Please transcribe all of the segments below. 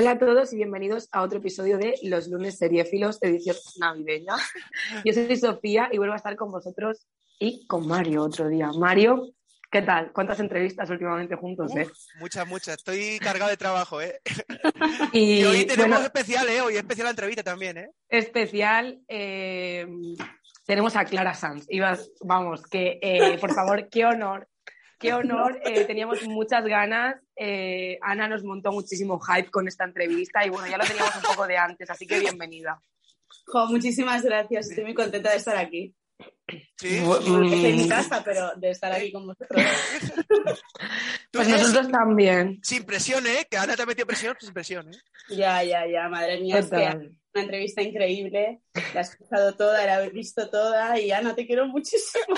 Hola a todos y bienvenidos a otro episodio de Los Lunes Seriéfilos, edición navideña. Yo soy Sofía y vuelvo a estar con vosotros y con Mario otro día. Mario, ¿qué tal? ¿Cuántas entrevistas últimamente juntos, Muchas. Estoy cargado de trabajo, Y hoy tenemos bueno, especial, Hoy especial la entrevista también, especial, tenemos a Clara Sanz. Vamos, que por favor, qué honor. Qué honor, teníamos muchas ganas. Ana nos montó muchísimo hype con esta entrevista y bueno, ya lo teníamos un poco de antes, así que bienvenida. Jo, muchísimas gracias, estoy muy contenta de estar aquí. ¿Sí? Estoy en mi casa, pero de estar aquí con vosotros. Pues nosotros también. Sin presión, que Ana te ha metido presión, sin presión, Ya, madre mía, es que una entrevista increíble, la he escuchado toda, la he visto toda y Ana, te quiero muchísimo.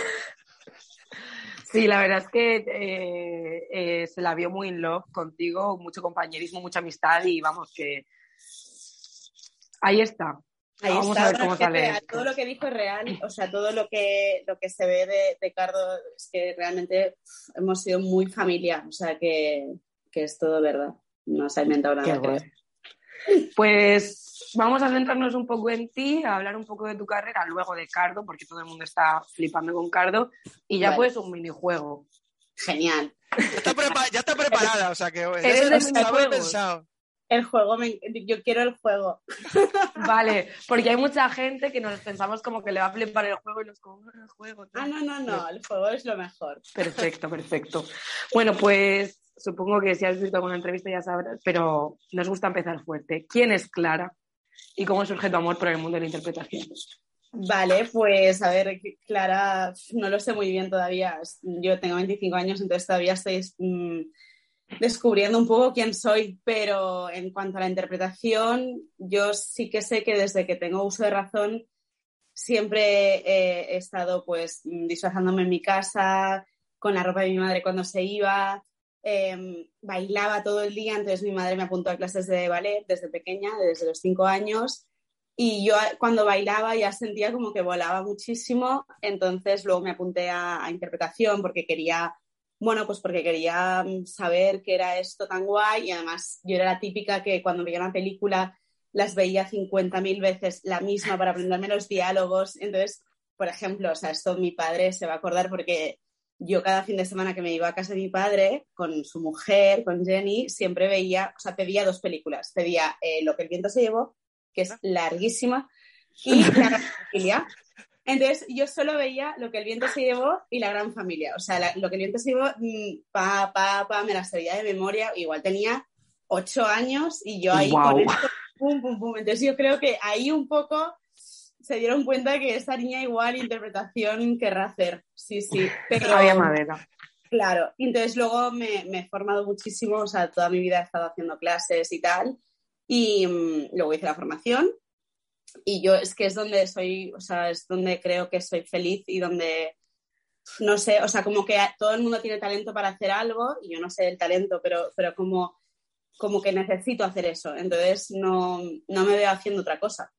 Sí, la verdad es que se la vio muy in love contigo, mucho compañerismo, mucha amistad y vamos que ahí está. Ahí vamos está, a ver cómo sale real, todo lo que dijo es real, o sea, todo lo que se ve de Cardo es que realmente hemos sido muy familia, o sea que es todo verdad, no se ha inventado nada. Pues vamos a centrarnos un poco en ti, a hablar un poco de tu carrera, luego de Cardo, porque todo el mundo está flipando con Cardo, y ya pues un minijuego. Genial. Ya está preparada, o sea que ¿Eres de minijuegos? Pensado. El juego, yo quiero el juego. Vale, porque hay mucha gente que nos pensamos como que le va a flipar el juego y nos como el juego. No, el juego es lo mejor. Perfecto. Bueno, pues supongo que si has visto alguna entrevista ya sabrás, pero nos gusta empezar fuerte. ¿Quién es Clara y cómo surge tu amor por el mundo de la interpretación? Vale, pues a ver, Clara, no lo sé muy bien todavía. Yo tengo 25 años, entonces todavía estoy descubriendo un poco quién soy, pero en cuanto a la interpretación, yo sí que sé que desde que tengo uso de razón siempre he estado pues disfrazándome en mi casa, con la ropa de mi madre cuando se iba, bailaba todo el día, entonces mi madre me apuntó a clases de ballet desde pequeña, desde los 5 años, y yo cuando bailaba ya sentía como que volaba muchísimo, entonces luego me apunté a interpretación porque quería saber qué era esto tan guay y además yo era la típica que cuando veía una película las veía 50.000 veces la misma para aprenderme los diálogos. Entonces, por ejemplo, o sea, esto mi padre se va a acordar porque yo cada fin de semana que me iba a casa de mi padre con su mujer, con Jenny, siempre pedía 2 películas. Pedía Lo que el viento se llevó, que es larguísima, y La gran familia. Entonces, yo solo veía Lo que el viento se llevó y La gran familia. O sea, Lo que el viento se llevó, me la sabía de memoria. Igual tenía 8 años y yo ahí con esto, pum. Entonces, yo creo que ahí un poco se dieron cuenta que esta niña igual interpretación querrá hacer. Sí. Pero, había madera. Claro. Entonces, luego me he formado muchísimo. O sea, toda mi vida he estado haciendo clases y tal. Y luego hice la formación. Y yo es que es donde soy, o sea, es donde creo que soy feliz y donde, no sé, o sea, como que todo el mundo tiene talento para hacer algo y yo no sé el talento, pero como que necesito hacer eso. Entonces no me veo haciendo otra cosa.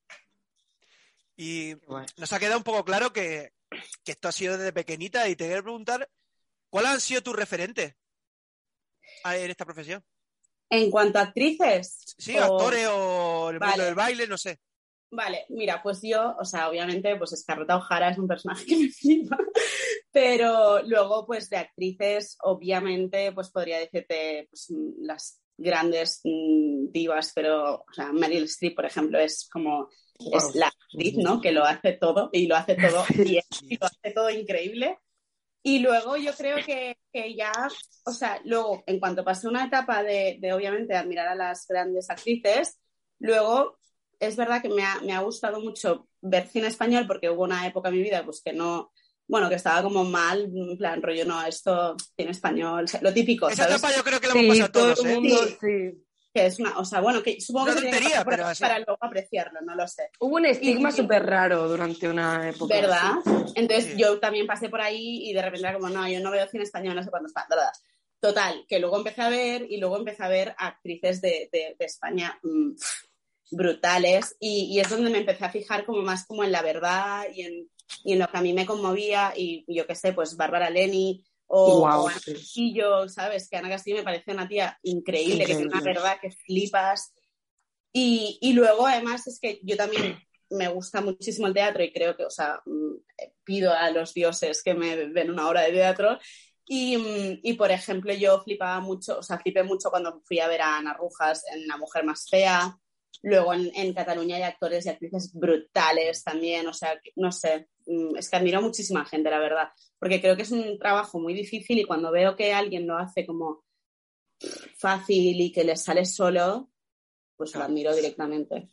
Y nos ha quedado un poco claro que esto ha sido desde pequeñita y te quiero preguntar, ¿cuáles han sido tus referentes en esta profesión? En cuanto a actrices. Sí, actores o el mundo del baile, no sé. Vale, mira, pues yo, o sea, obviamente, pues Scarlett O'Hara es un personaje que me flipa, pero luego, pues de actrices, obviamente, pues podría decirte pues, las grandes divas, pero, o sea, Meryl Streep, por ejemplo, es como, es la actriz, ¿no? Que lo hace todo, y lo hace todo bien, y lo hace todo increíble. Y luego yo creo que ya, o sea, luego, en cuanto pasé una etapa de obviamente, admirar a las grandes actrices, luego es verdad que me ha gustado mucho ver cine español porque hubo una época en mi vida pues que no, bueno, que estaba como mal, en plan rollo, no, esto cine español, lo típico, esa ¿sabes? Esa etapa yo creo que la hemos pasado todos, todo el mundo, sí. Que es una, o sea, bueno, que supongo una que tontería, pero para luego apreciarlo, no lo sé. Hubo un estigma súper raro durante una época. ¿Verdad? Sí. Entonces yo también pasé por ahí y de repente era como, no, yo no veo cine español, no sé cuándo está, ¿verdad? Total, que luego empecé a ver actrices de España brutales y es donde me empecé a fijar como más como en la verdad y en lo que a mí me conmovía y yo qué sé, pues Bárbara Leni, o Ana Castillo, ¿sabes? Que Ana Castillo me parece una tía increíble, que tiene una verdad que flipas. Y luego, además, es que yo también me gusta muchísimo el teatro y creo que, o sea, pido a los dioses que me den una obra de teatro. Y por ejemplo, yo flipaba mucho, o sea, flipé mucho cuando fui a ver a Ana Rujas en La mujer más fea. Luego en Cataluña hay actores y actrices brutales también, o sea, no sé, es que admiro a muchísima gente, la verdad, porque creo que es un trabajo muy difícil y cuando veo que alguien lo hace como fácil y que le sale solo, pues lo admiro directamente.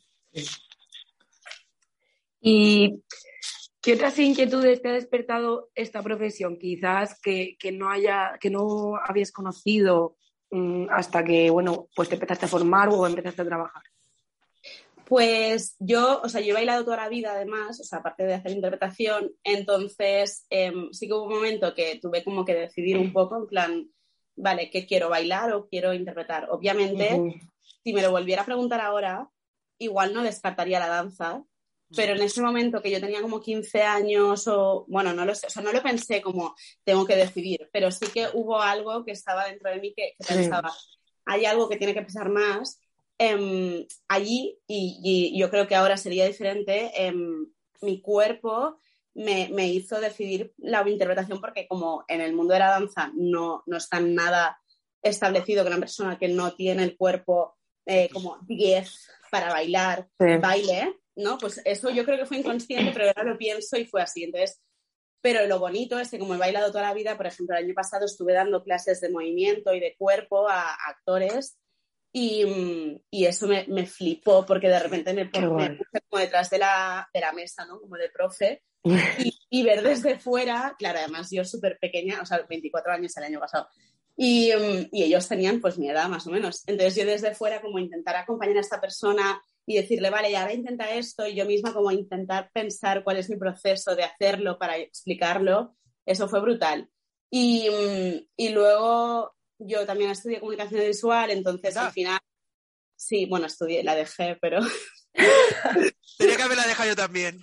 ¿Y qué otras inquietudes te ha despertado esta profesión? Quizás que no habías conocido hasta que, bueno, pues te empezaste a formar o empezaste a trabajar. Pues yo, o sea, yo he bailado toda la vida además, o sea, aparte de hacer interpretación, entonces sí que hubo un momento que tuve como que decidir un poco, en plan, vale, ¿qué quiero, bailar o quiero interpretar? Obviamente, si me lo volviera a preguntar ahora, igual no descartaría la danza, pero en ese momento que yo tenía como 15 años o, bueno, no lo sé, o sea, no lo pensé como tengo que decidir, pero sí que hubo algo que estaba dentro de mí que pensaba, hay algo que tiene que pesar más allí y yo creo que ahora sería diferente. Mi cuerpo me hizo decidir la interpretación porque como en el mundo de la danza no está nada establecido que una persona que no tiene el cuerpo como 10 para bailar, baile, ¿no? Pues eso yo creo que fue inconsciente, pero ahora lo pienso y fue así. Entonces, pero lo bonito es que como he bailado toda la vida, por ejemplo, el año pasado estuve dando clases de movimiento y de cuerpo a actores y eso me flipó porque de repente me puse como detrás de la mesa, ¿no? Como de profe y ver desde fuera, claro, además yo súper pequeña, o sea, 24 años el año pasado, y ellos tenían pues mi edad más o menos. Entonces yo desde fuera como intentar acompañar a esta persona y decirle, vale, y ahora intenta esto, y yo misma como intentar pensar cuál es mi proceso de hacerlo para explicarlo, eso fue brutal. Y luego yo también estudié comunicación visual, entonces al final, sí, bueno, estudié, la dejé, pero... Tenía que haberla dejado yo también.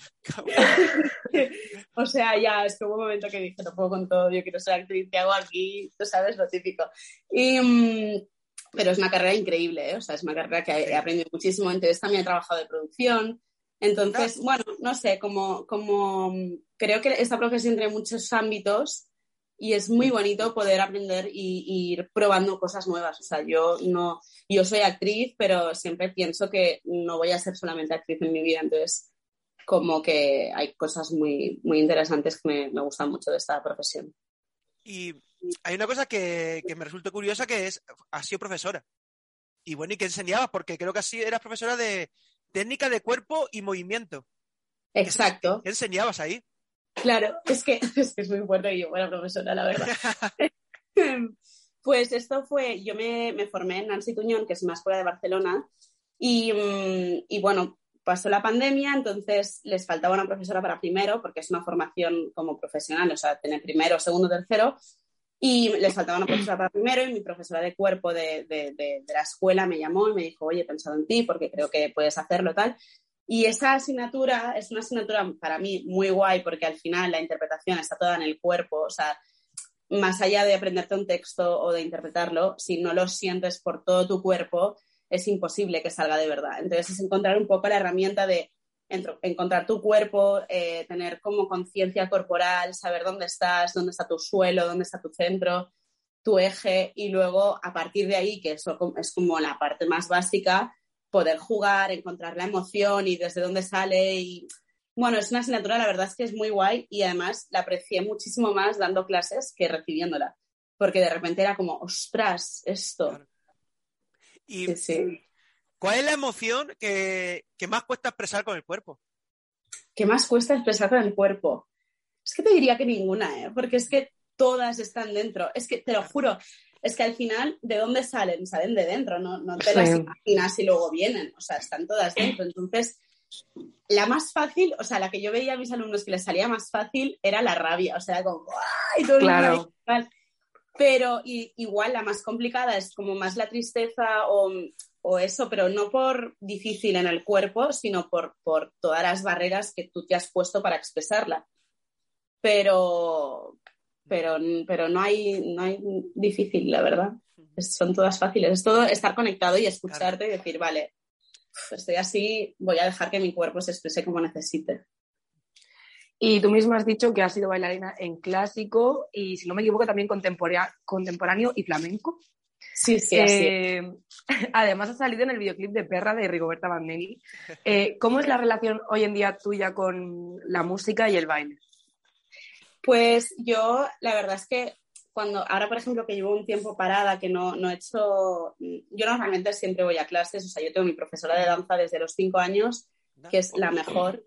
O sea, ya, es que hubo un momento que dije, no puedo con todo, yo quiero ser actriz, ¿qué hago aquí? Tú sabes, lo típico. Pero es una carrera increíble, ¿eh? O sea, es una carrera que he aprendido muchísimo, entonces también he trabajado de producción. Entonces, bueno, no sé, como creo que esta profesión tiene muchos ámbitos y es muy bonito poder aprender y ir probando cosas nuevas. O sea, yo soy actriz, pero siempre pienso que no voy a ser solamente actriz en mi vida, entonces como que hay cosas muy, muy interesantes que me gustan mucho de esta profesión. Y hay una cosa que me resulta curiosa, que has sido profesora. Y bueno, ¿y qué enseñabas? Porque creo que así eras profesora de técnica de cuerpo y movimiento. Exacto. ¿Qué enseñabas ahí? Claro, es que es muy fuerte y yo buena profesora, la verdad. Pues esto fue, yo me formé en Nancy Tuñón, que es una escuela de Barcelona, y bueno, pasó la pandemia, entonces les faltaba una profesora para primero, porque es una formación como profesional, o sea, tener primero, segundo, tercero, y les faltaba una profesora para primero, y mi profesora de cuerpo de la escuela me llamó y me dijo, oye, he pensado en ti porque creo que puedes hacerlo, tal. Y esa asignatura es una asignatura para mí muy guay porque al final la interpretación está toda en el cuerpo, o sea, más allá de aprenderte un texto o de interpretarlo, si no lo sientes por todo tu cuerpo, es imposible que salga de verdad. Entonces es encontrar un poco la herramienta de encontrar tu cuerpo, tener como conciencia corporal, saber dónde está tu suelo, dónde está tu centro, tu eje, y luego a partir de ahí, que eso es como la parte más básica, poder jugar, encontrar la emoción y desde dónde sale. Y bueno, es una asignatura, la verdad es que es muy guay y además la aprecié muchísimo más dando clases que recibiéndola, porque de repente era como, ostras, esto. Claro. Y sí. ¿Cuál es la emoción que más cuesta expresar con el cuerpo? ¿Qué más cuesta expresar con el cuerpo? Es que te diría que ninguna, ¿eh? Porque es que todas están dentro. Es que, te lo juro, es que al final, ¿de dónde salen? Salen de dentro, no te las imaginas y luego vienen. O sea, están todas dentro. Entonces, la más fácil, o sea, la que yo veía a mis alumnos que les salía más fácil era la rabia. O sea, como, ¡ay! Todo claro. Pero igual la más complicada es como más la tristeza o eso, pero no por difícil en el cuerpo, sino por todas las barreras que tú te has puesto para expresarla. Pero pero no hay difícil, la verdad. Son todas fáciles. Es todo estar conectado y escucharte y decir, vale, estoy así, voy a dejar que mi cuerpo se exprese como necesite. Y tú misma has dicho que has sido bailarina en clásico y, si no me equivoco, también contemporáneo y flamenco. Sí, así. Además, has salido en el videoclip de Perra de Rigoberta Bandini. ¿Cómo es la relación hoy en día tuya con la música y el baile? Pues yo, la verdad es que ahora, por ejemplo, que llevo un tiempo parada, que no he hecho... Yo normalmente siempre voy a clases, o sea, yo tengo mi profesora de danza desde los 5 años, que es la mejor,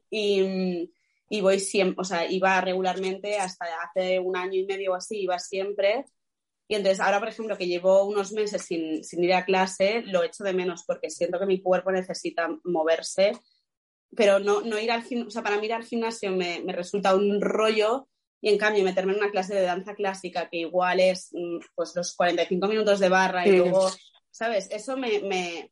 y voy siempre, o sea, iba regularmente hasta hace 1 año y medio o así, iba siempre. Y entonces ahora, por ejemplo, que llevo unos meses sin ir a clase, lo echo de menos porque siento que mi cuerpo necesita moverse, pero no ir al gimnasio, o sea, para mí ir al gimnasio me resulta un rollo. Y en cambio, meterme en una clase de danza clásica, que igual es pues los 45 minutos de barra y luego, ¿sabes? Eso me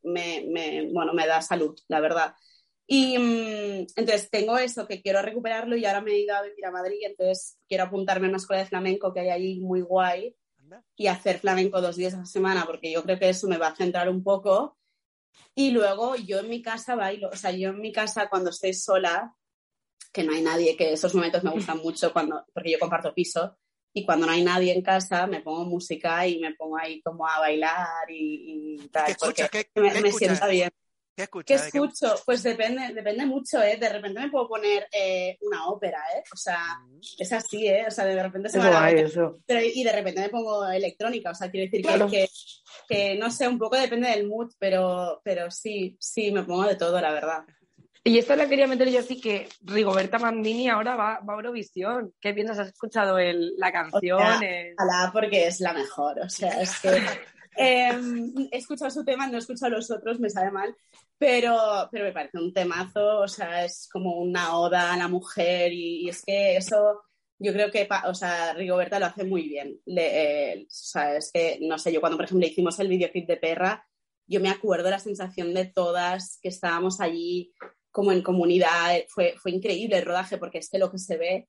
da salud, la verdad. Y entonces tengo eso, que quiero recuperarlo y ahora me he ido a vivir a Madrid, entonces quiero apuntarme a una escuela de flamenco que hay allí muy guay y hacer flamenco 2 días a la semana, porque yo creo que eso me va a centrar un poco. Y luego yo en mi casa bailo, o sea, yo en mi casa cuando estoy sola, que no hay nadie, que esos momentos me gustan mucho porque yo comparto piso, y cuando no hay nadie en casa me pongo música y me pongo ahí como a bailar y tal. ¿Qué escuchas? Porque ¿Qué me escuchas? sienta bien. ¿Qué escuchas? ¿Qué escucho? Pues depende mucho, ¿eh? De repente me puedo poner una ópera, ¿eh? O sea, es así, ¿eh? O sea, de repente se me va la ópera. Y de repente me pongo electrónica, o sea, quiero decir claro. que no sé, un poco depende del mood, pero sí, me pongo de todo, la verdad. Y esto la quería meter yo así, que Rigoberta Bandini ahora va a Eurovisión. ¿Qué piensas? ¿Has escuchado la canción? O sea, porque es la mejor. O sea, es que he escuchado su tema, no he escuchado los otros, me sabe mal, pero me parece un temazo. O sea, es como una oda a la mujer y es que eso... Yo creo que, o sea, Rigoberta lo hace muy bien. O sea, es que, no sé, yo cuando, por ejemplo, hicimos el videoclip de Perra, yo me acuerdo la sensación de todas que estábamos allí como en comunidad, fue increíble el rodaje, porque es que lo que se ve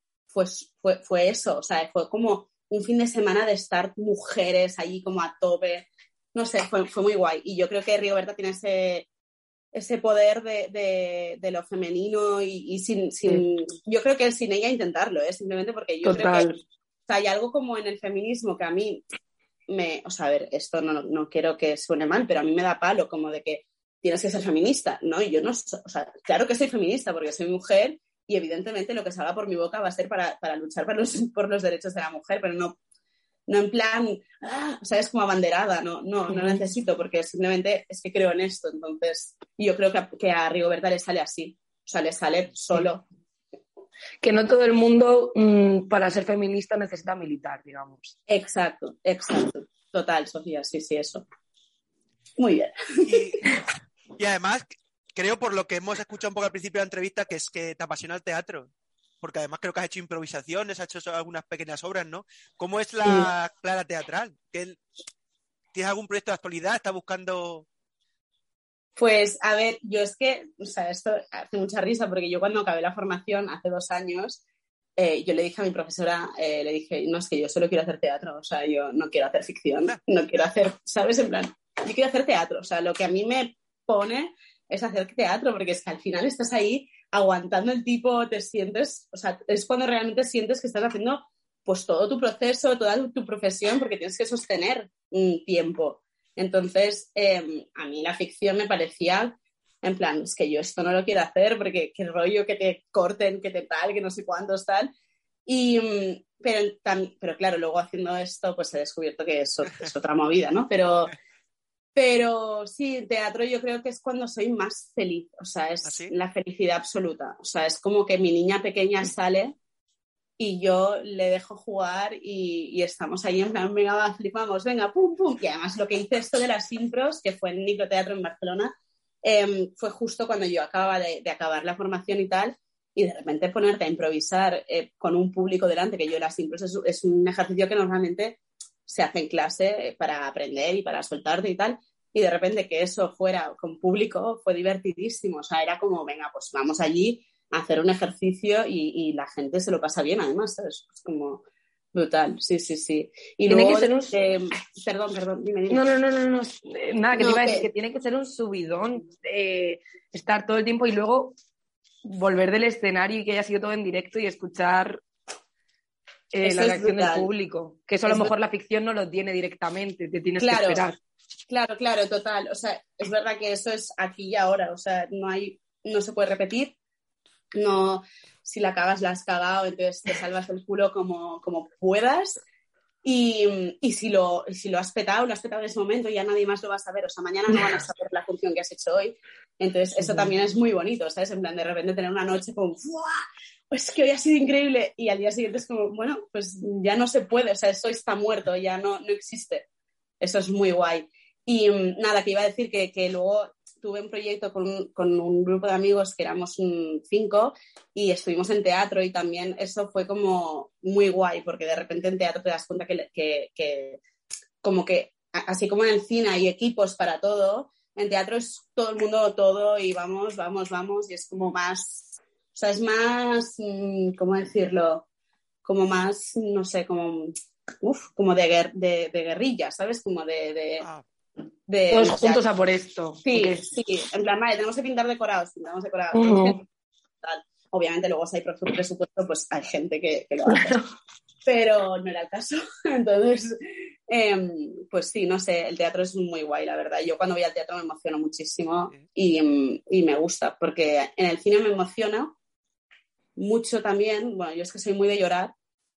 fue eso, o sea, fue como un fin de semana de estar mujeres allí como a tope, no sé, fue muy guay, y yo creo que Rigoberta tiene ese poder de lo femenino y sin yo creo que sin ella intentarlo, simplemente porque yo creo que o sea, hay algo como en el feminismo que a mí o sea, a ver, esto no quiero que suene mal, pero a mí me da palo como de que tienes que ser feminista, ¿no? Y yo no, o sea, claro que soy feminista porque soy mujer y evidentemente lo que salga por mi boca va a ser para luchar por los derechos de la mujer, pero no en plan, o sea, es como abanderada, no necesito, porque simplemente es que creo en esto, entonces, y yo creo que a Rigoberta le sale así, o sea, le sale solo. Que no todo el mundo para ser feminista necesita militar, digamos. Exacto, total, Sofía, sí, eso. Muy bien. Y además, creo por lo que hemos escuchado un poco al principio de la entrevista, que es que te apasiona el teatro. Porque además creo que has hecho improvisaciones, has hecho algunas pequeñas obras, ¿no? ¿Cómo es la Clara teatral? ¿Tienes algún proyecto de actualidad? ¿Estás buscando...? Pues, a ver, yo es que, o sea, esto hace mucha risa, porque yo cuando acabé la formación hace 2 años, yo le dije a mi profesora, le dije, no, es que yo solo quiero hacer teatro, o sea, yo no quiero hacer ficción, no quiero hacer, ¿sabes? En plan, yo quiero hacer teatro, o sea, lo que a mí me pone es hacer teatro, porque es que al final estás ahí aguantando el tipo, te sientes, o sea, es cuando realmente sientes que estás haciendo pues todo tu proceso, toda tu profesión, porque tienes que sostener un tiempo. Entonces, a mí la ficción me parecía, en plan, es que yo esto no lo quiero hacer, porque qué rollo que te corten, que te tal, que no sé cuántos tal. Pero claro, luego haciendo esto, pues he descubierto que es otra movida, ¿no? Pero sí, teatro yo creo que es cuando soy más feliz, o sea, es ¿Ah, sí? la felicidad absoluta. O sea, es como que mi niña pequeña sale y yo le dejo jugar y estamos ahí en plan, venga, va, flipamos, venga, pum, pum. Y además lo que hice esto de las impros, que fue en microteatro en Barcelona, fue justo cuando yo acababa de acabar la formación y tal, y de repente ponerte a improvisar con un público delante, que yo las impros es un ejercicio que normalmente se hace en clase para aprender y para soltarte y tal, y de repente que eso fuera con público fue divertidísimo, o sea, era como, venga, pues vamos allí a hacer un ejercicio y la gente se lo pasa bien, además, ¿sabes? Es como, brutal, sí. Y Tiene luego, que ser un... perdón, dime. No, nada, que te No, iba a decir que que tiene que ser un subidón, estar todo el tiempo y luego volver del escenario y que haya sido todo en directo y escuchar eso la es reacción del brutal. público. Que eso a lo mejor la ficción no lo tiene directamente, te tienes que esperar. Claro, total. O sea, es verdad que eso es aquí y ahora. O sea, no se puede repetir. No, si la cagas, la has cagado, entonces te salvas el culo como puedas. Y si lo has petado, lo has petado en ese momento y ya nadie más lo va a saber. O sea, mañana no van a saber la función que has hecho hoy. Entonces, eso también es muy bonito, ¿sabes? En plan, de repente tener una noche como, ¡buah! Pues que hoy ha sido increíble. Y al día siguiente es como, bueno, pues ya no se puede. O sea, eso está muerto, ya no existe. Eso es muy guay. Y nada, que iba a decir que luego tuve un proyecto con un grupo de amigos que éramos 5 y estuvimos en teatro y también eso fue como muy guay porque de repente en teatro te das cuenta que como que así como en el cine hay equipos para todo, en teatro es todo el mundo todo y vamos y es como más, o sea, es más, ¿cómo decirlo? Como más, no sé, como de guerrilla, ¿sabes? Como todos juntos a por esto. Sí, Okay. sí, en plan, vale, tenemos que pintamos decorados. Uh-huh. Obviamente luego si hay presupuesto, pues hay gente que lo hace. Pero no era el caso. Entonces, pues sí, no sé, el teatro es muy guay, la verdad. Yo cuando voy al teatro me emociono muchísimo y me gusta, porque en el cine me emociona mucho también. Bueno, yo es que soy muy de llorar,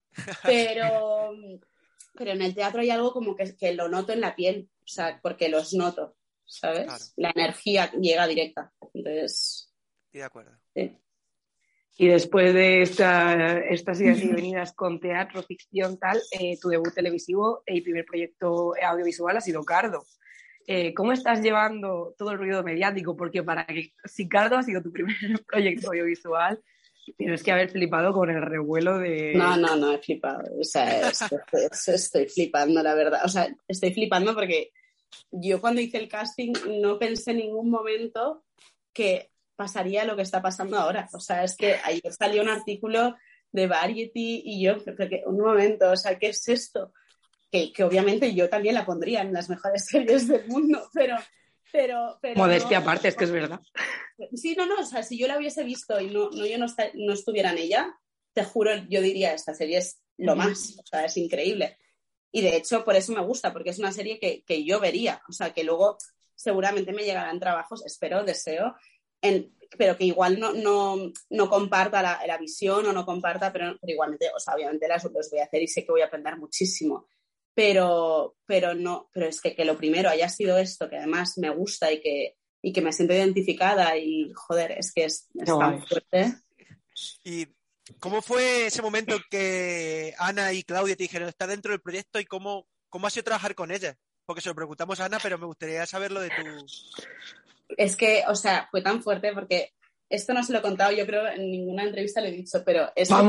pero en el teatro hay algo como que lo noto en la piel, o sea, porque los noto, ¿sabes? Claro. La energía llega directa. Entonces, estoy de acuerdo. Sí. Y después de estas idas y venidas con teatro, ficción, tal, tu debut televisivo y primer proyecto audiovisual ha sido Cardo. ¿Cómo estás llevando todo el ruido mediático? Porque si Cardo ha sido tu primer proyecto audiovisual, tienes que haber flipado con el revuelo de... No, he flipado. O sea, estoy flipando, la verdad. O sea, estoy flipando porque yo cuando hice el casting no pensé en ningún momento que pasaría lo que está pasando ahora. O sea, es que ayer salió un artículo de Variety y yo, un momento, o sea, ¿qué es esto? Que obviamente yo también la pondría en las mejores series del mundo, pero modestia aparte, es que es verdad. Sí, no, o sea, si yo la hubiese visto y yo no estuviera en ella, te juro, yo diría, esta serie es lo más, o sea, es increíble. Y de hecho, por eso me gusta, porque es una serie que yo vería, o sea, que luego seguramente me llegarán trabajos, espero, deseo, pero que igual no comparta la visión o no comparta, pero igualmente, o sea, obviamente los voy a hacer y sé que voy a aprender muchísimo. Pero es que lo primero haya sido esto, que además me gusta y que me siento identificada y, joder, es que es tan fuerte. ¿Y cómo fue ese momento que Ana y Claudia te dijeron, está dentro del proyecto y cómo ha sido trabajar con ella? Porque se lo preguntamos a Ana, pero me gustaría saberlo de tu... Es que, o sea, fue tan fuerte porque esto no se lo he contado, yo creo en ninguna entrevista lo he dicho, pero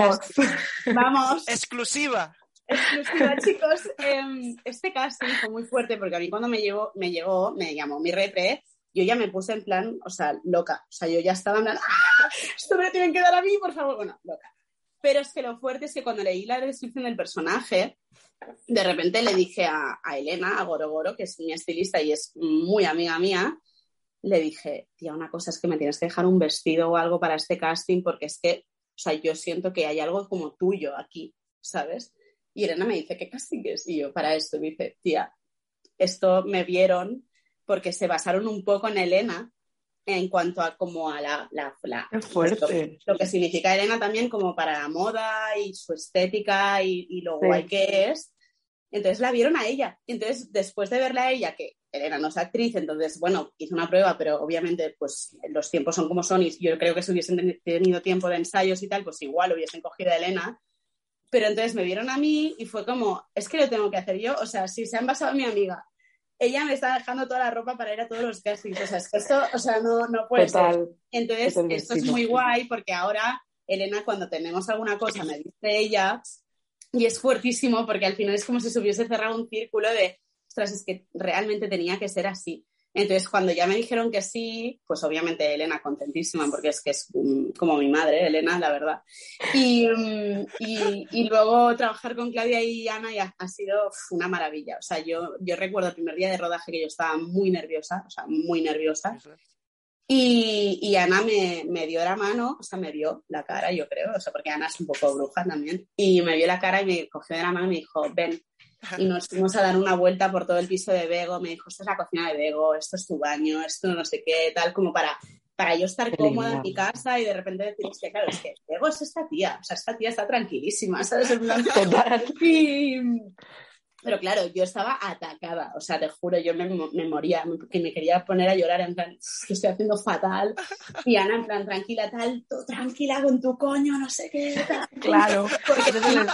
¡Vamos! ¡Exclusiva! Exclusiva, chicos. Este casting fue muy fuerte porque a mí cuando me llamó mi repre, yo ya me puse en plan, o sea, loca. O sea, yo ya estaba en plan, ¡ah! Esto me lo tienen que dar a mí, por favor. Bueno, loca. Pero es que lo fuerte es que cuando leí la descripción del personaje, de repente le dije a Elena, a Gorogoro, que es mi estilista y es muy amiga mía, le dije, tía, una cosa es que me tienes que dejar un vestido o algo para este casting porque es que, o sea, yo siento que hay algo como tuyo aquí, ¿sabes? Y Elena me dice, ¿qué casting es? Y yo, para esto, me dice, tía, esto me vieron porque se basaron un poco en Elena en cuanto a como a ¡Qué fuerte! Lo que significa Elena también como para la moda y su estética y lo guay que es. Entonces la vieron a ella. Y entonces, después de verla a ella, que Elena no es actriz, entonces, bueno, hizo una prueba, pero obviamente, pues, los tiempos son como son y yo creo que si hubiesen tenido tiempo de ensayos y tal, pues igual hubiesen cogido a Elena. Pero entonces me vieron a mí y fue como, es que lo tengo que hacer yo. O sea, si se han basado en mi amiga, ella me está dejando toda la ropa para ir a todos los castings. O sea, es que esto, o sea, no puede ser. Entonces, esto es muy guay porque ahora, Elena, cuando tenemos alguna cosa, me dice ella, y es fuertísimo porque al final es como si se hubiese cerrado un círculo de, ostras, es que realmente tenía que ser así. Entonces, cuando ya me dijeron que sí, pues obviamente Elena contentísima, porque es que es como mi madre, Elena, la verdad. Y luego trabajar con Claudia y Ana ya ha sido una maravilla. O sea, yo recuerdo el primer día de rodaje que yo estaba muy nerviosa, o sea, muy nerviosa. Y Ana me dio la mano, o sea, me vio la cara, yo creo, o sea, porque Ana es un poco bruja también, y me vio la cara y me cogió de la mano y me dijo, ven. Y nos fuimos a dar una vuelta por todo el piso de Bego. Me dijo, esta es la cocina de Bego, esto es tu baño, esto no sé qué, tal, como para yo estar cómoda en mi casa y de repente decir, es que claro, es que Bego es esta tía, o sea, esta tía está tranquilísima, ¿sabes? En plan, pero claro, yo estaba atacada, o sea, te juro, yo me moría, que me quería poner a llorar, en plan, que estoy haciendo fatal. Y Ana, en plan, tranquila, tal, tú tranquila con tu coño, no sé qué, tal. Claro. Porque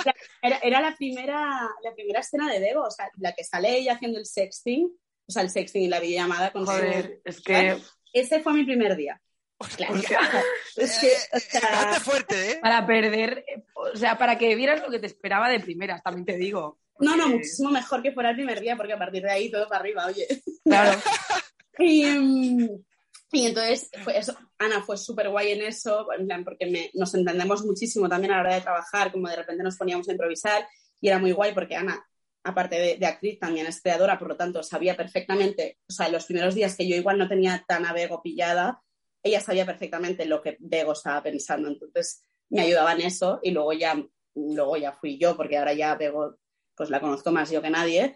era la primera escena de Bego, o sea, la que sale ella haciendo el sexting y la videollamada con Joder, es que... Ese fue mi primer día. Claro, es que, o sea, bastante fuerte, ¿eh? Para perder, o sea, para que vieras lo que te esperaba de primeras, también te digo. No, muchísimo mejor que fuera el primer día, porque a partir de ahí todo para arriba, oye. Claro. Y entonces, Ana fue súper guay en eso, en plan, porque nos entendemos muchísimo también a la hora de trabajar, como de repente nos poníamos a improvisar, y era muy guay porque Ana, aparte de actriz, también es creadora, por lo tanto, sabía perfectamente, o sea, los primeros días que yo igual no tenía tan a Bego pillada, ella sabía perfectamente lo que Bego estaba pensando, entonces me ayudaba en eso, y luego ya fui yo, porque ahora ya Bego pues la conozco más yo que nadie,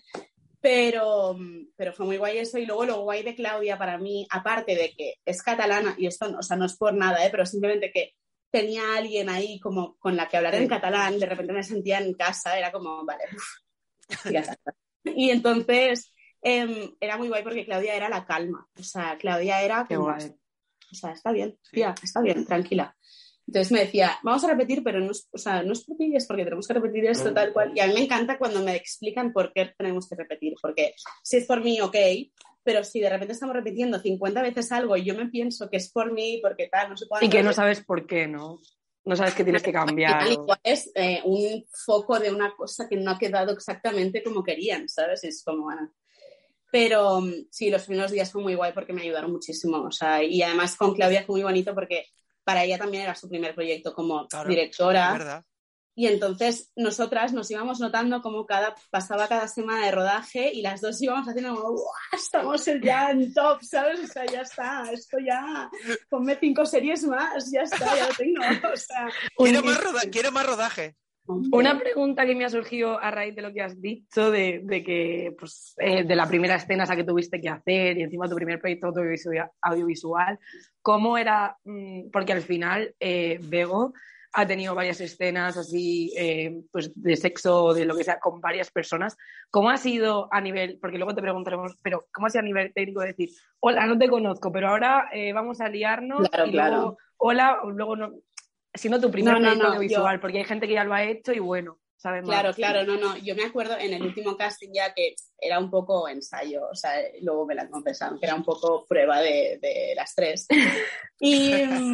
pero fue muy guay eso. Y luego lo guay de Claudia para mí, aparte de que es catalana, y esto no, o sea, no es por nada, pero simplemente que tenía a alguien ahí como con la que hablar en catalán, de repente me sentía en casa, era como, vale, ya está. Y entonces era muy guay porque Claudia era la calma, o sea, Claudia era como, o sea, está bien, tía, está bien, tranquila. Entonces me decía, vamos a repetir, pero no es por ti, es porque tenemos que repetir esto, tal cual. Y a mí me encanta cuando me explican por qué tenemos que repetir, porque si es por mí, ok, pero si de repente estamos repitiendo 50 veces algo y yo me pienso que es por mí, porque tal, no sé cuánto. Y que no sabes por qué, ¿no? No sabes que tienes que cambiar. Igual es un foco de una cosa que no ha quedado exactamente como querían, ¿sabes? Es como, bueno. Pero sí, los primeros días fue muy guay porque me ayudaron muchísimo. O sea, y además con Claudia fue muy bonito porque para ella también era su primer proyecto como directora. ¿Verdad? Y entonces nosotras nos íbamos notando como pasaba cada semana de rodaje y las dos íbamos haciendo como, estamos ya en top, ¿sabes? O sea, ya está, esto ya, ponme 5 series más, ya está, ya lo tengo. O sea, quiero más rodaje. Una pregunta que me ha surgido a raíz de lo que has dicho, de que pues, de la primera escena esa que tuviste que hacer y encima tu primer proyecto audiovisual, ¿cómo era? Porque al final Bego ha tenido varias escenas así, pues de sexo o de lo que sea, con varias personas. ¿Cómo ha sido a nivel, porque luego te preguntaremos, pero ¿cómo ha sido a nivel técnico decir, hola, no te conozco, pero ahora vamos a liarnos claro, y luego, hola, luego no... Siendo tu primer proyecto audiovisual, porque hay gente que ya lo ha hecho y bueno, ¿sabes? Claro, no. Yo me acuerdo en el último casting ya que era un poco ensayo, o sea, luego me la confesaron, que era un poco prueba de las tres. Y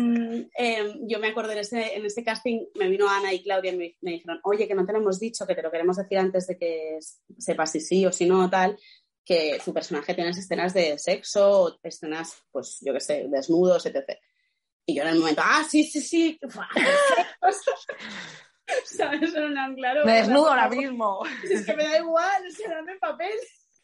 yo me acuerdo en ese casting, me vino Ana y Claudia y me dijeron, oye, que no te lo hemos dicho, que te lo queremos decir antes de que sepas si sí o si no, tal, que tu personaje tiene escenas de sexo, escenas, pues yo qué sé, desnudos, etc. Y yo en el momento, sí. ¿Sabes? Claro, me desnudo ahora mismo. Es que me da igual, o sea, dame papel.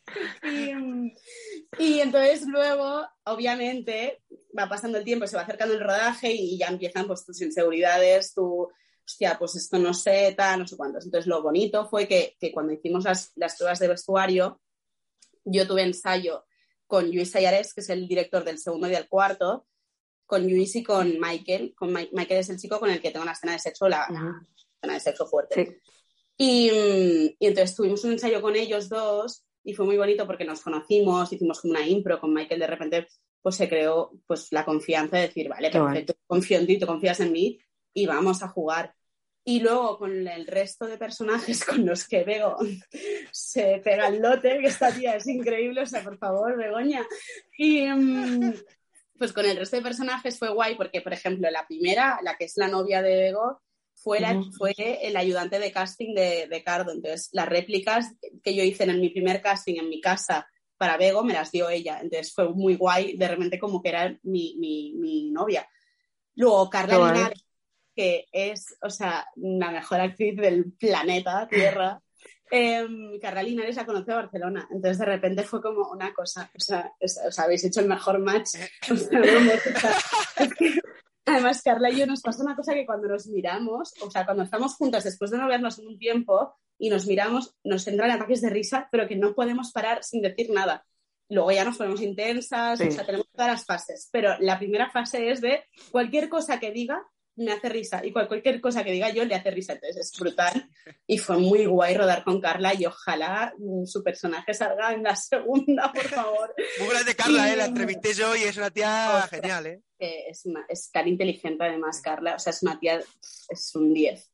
Y entonces luego, obviamente, va pasando el tiempo, se va acercando el rodaje y ya empiezan pues tus inseguridades, hostia, pues esto no sé, tal, no sé cuántos. Entonces lo bonito fue que cuando hicimos las pruebas de vestuario, yo tuve ensayo con Lluís Sayares, que es el director del segundo y del cuarto, con Lluís y con Michael. Michael es el chico con el que tengo una escena de sexo, la escena de sexo fuerte. Sí. Y entonces tuvimos un ensayo con ellos dos y fue muy bonito porque nos conocimos, hicimos como una impro con Michael, de repente pues se creó pues la confianza de decir, vale, perfecto, confío en ti, tú confías en mí y vamos a jugar. Y luego con el resto de personajes con los que Bego se pega el lote, que esta tía es increíble, o sea, por favor, Begoña. Y pues con el resto de personajes fue guay porque, por ejemplo, la primera, la que es la novia de Bego, fue el ayudante de casting de Cardo. Entonces, las réplicas que yo hice en mi primer casting en mi casa para Bego me las dio ella, entonces fue muy guay, de repente como que era mi novia. Luego Carla Linares, que es, o sea, la mejor actriz del planeta Tierra. Carla Linares la conoce a Barcelona, entonces de repente fue como una cosa, o sea, habéis hecho el mejor match. O sea, es que, además, Carla y yo nos pasa una cosa que cuando nos miramos, o sea, cuando estamos juntas después de no vernos en un tiempo y nos miramos, nos entran ataques de risa, pero que no podemos parar sin decir nada. Luego ya nos ponemos intensas, o sea, tenemos todas las fases, pero la primera fase es de cualquier cosa que diga me hace risa y cualquier cosa que diga yo le hace risa, entonces es brutal y fue muy guay rodar con Carla y ojalá su personaje salga en la segunda, por favor. Muy grande Carla, la entrevisté yo y es una tía genial, es tan inteligente además Carla, o sea, es una tía, es un 10.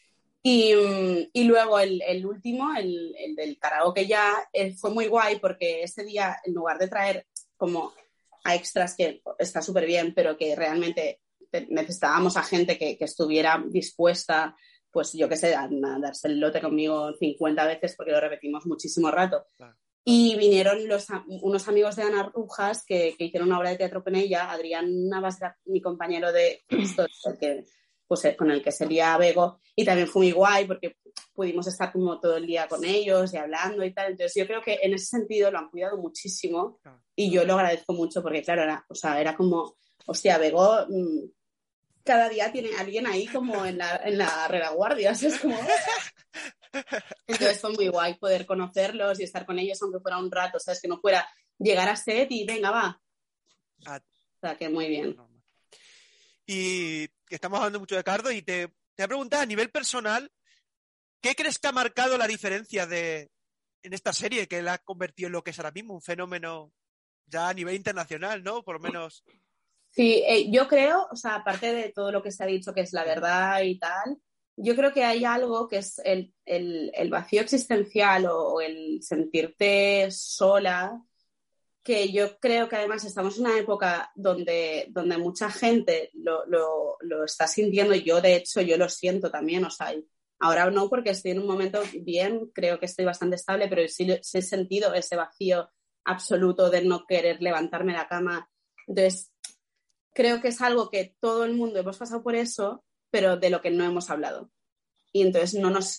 Y luego el último, el del karaoke ya, fue muy guay porque ese día, en lugar de traer como a extras, que está súper bien, pero que realmente necesitábamos a gente que estuviera dispuesta, pues yo qué sé, a darse el lote conmigo 50 veces porque lo repetimos muchísimo rato. Claro. Y vinieron unos amigos de Ana Rujas que hicieron una obra de teatro con ella. Adrián Navas era mi compañero de con el que sería Bego, y también fue muy guay porque pudimos estar como todo el día con ellos y hablando y tal. Entonces yo creo que en ese sentido lo han cuidado muchísimo y yo lo agradezco mucho porque claro, era como, hostia, Bego cada día tiene alguien ahí como en la retaguardia, ¿sabes? Como... Entonces fue muy guay poder conocerlos y estar con ellos aunque fuera un rato, ¿sabes? Que no fuera llegar a set y venga, va. O sea, que muy bien. Y estamos hablando mucho de Cardo y te voy a preguntar a nivel personal, ¿qué crees que ha marcado la diferencia en esta serie que la ha convertido en lo que es ahora mismo un fenómeno ya a nivel internacional, ¿no? Por lo menos... Sí, yo creo, o sea, aparte de todo lo que se ha dicho que es la verdad y tal, yo creo que hay algo que es el vacío existencial o el sentirte sola, que yo creo que además estamos en una época donde mucha gente lo está sintiendo y yo de hecho yo lo siento también, o sea, ahora no porque estoy en un momento bien, creo que estoy bastante estable, pero sí he sentido ese vacío absoluto de no querer levantarme de la cama. Entonces creo que es algo que todo el mundo hemos pasado por eso, pero de lo que no hemos hablado. Y entonces